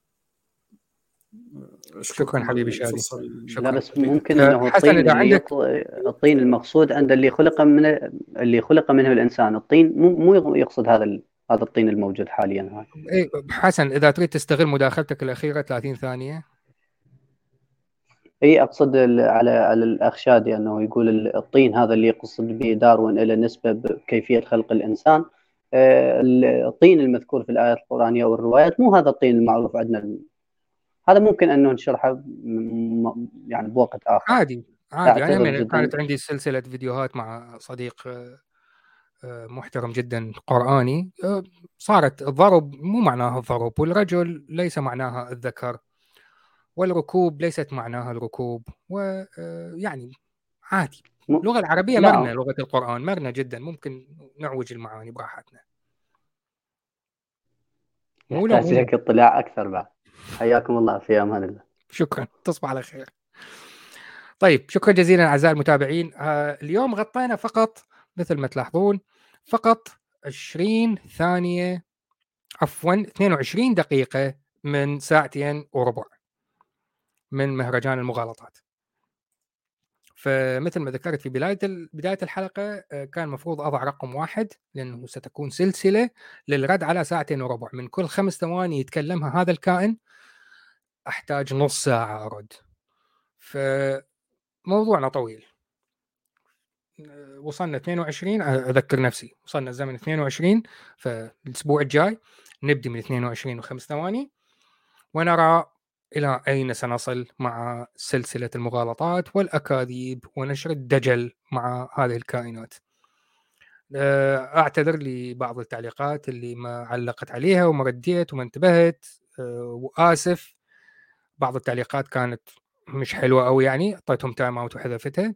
شكرا حبيبي شادي. لا بس ممكن انه الطين إذا اللي عندك الطين المقصود عند اللي خلق منه الانسان، الطين مو يقصد هذا الطين الموجود حاليا. حسن، اذا تريد تستغل مداخلتك الاخيره 30 ثانيه. اي اقصد على الاخ شادي انه يقول الطين هذا اللي يقصد به داروين الى نسبه بكيفيه خلق الانسان. الطين المذكور في الايات القرانيه والروايات مو هذا الطين المعروف عندنا. هذا ممكن انه نشرحه يعني بوقت اخر. عادي. يعني كانت عندي سلسله فيديوهات مع صديق محترم جدا قرآني، صارت الضرب مو معناها الضرب، والرجل ليس معناها الذكر، والركوب ليست معناها الركوب، ويعني عادي. اللغة العربية مرنة، لغة القرآن مرنة جدا، ممكن نعوج المعاني براحتنا. يحتاج لك اطلاع أكثر بعد. حياكم الله، في أمان الله. شكرا، تصبح على خير. طيب، شكرا جزيلا أعزائي المتابعين. اليوم غطينا فقط، مثل ما تلاحظون، فقط 20 ثانية، عفوا 22 دقيقة من 2.25 ساعة من مهرجان المغالطات. فمثل ما ذكرت في بداية الحلقة، كان مفروض أضع رقم 1 لأنه ستكون سلسلة للرد على 2.25 ساعة. من كل 5 ثواني يتكلمها هذا الكائن أحتاج نص ساعة أرد. فموضوعنا طويل. وصلنا 22، أذكر نفسي وصلنا الزمن 22. فالأسبوع الجاي نبدأ من 22 و5 ثواني، ونرى إلى أين سنصل مع سلسلة المغالطات والأكاذيب ونشر الدجل مع هذه الكائنات. أعتذر لبعض التعليقات اللي ما علقت عليها وما رديت وما انتبهت، وآسف. بعض التعليقات كانت مش حلوة أو يعني أعطيتهم تايم أوت وحذفتها.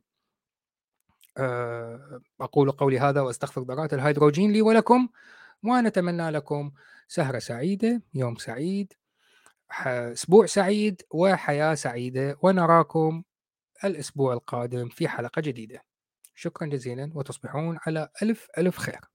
أقول قولي هذا وأستغفر ذرات الهيدروجين لي ولكم، ونتمنى لكم سهرة سعيدة، يوم سعيد، أسبوع سعيد، وحياة سعيدة، ونراكم الأسبوع القادم في حلقة جديدة. شكرا جزيلا، وتصبحون على ألف ألف خير.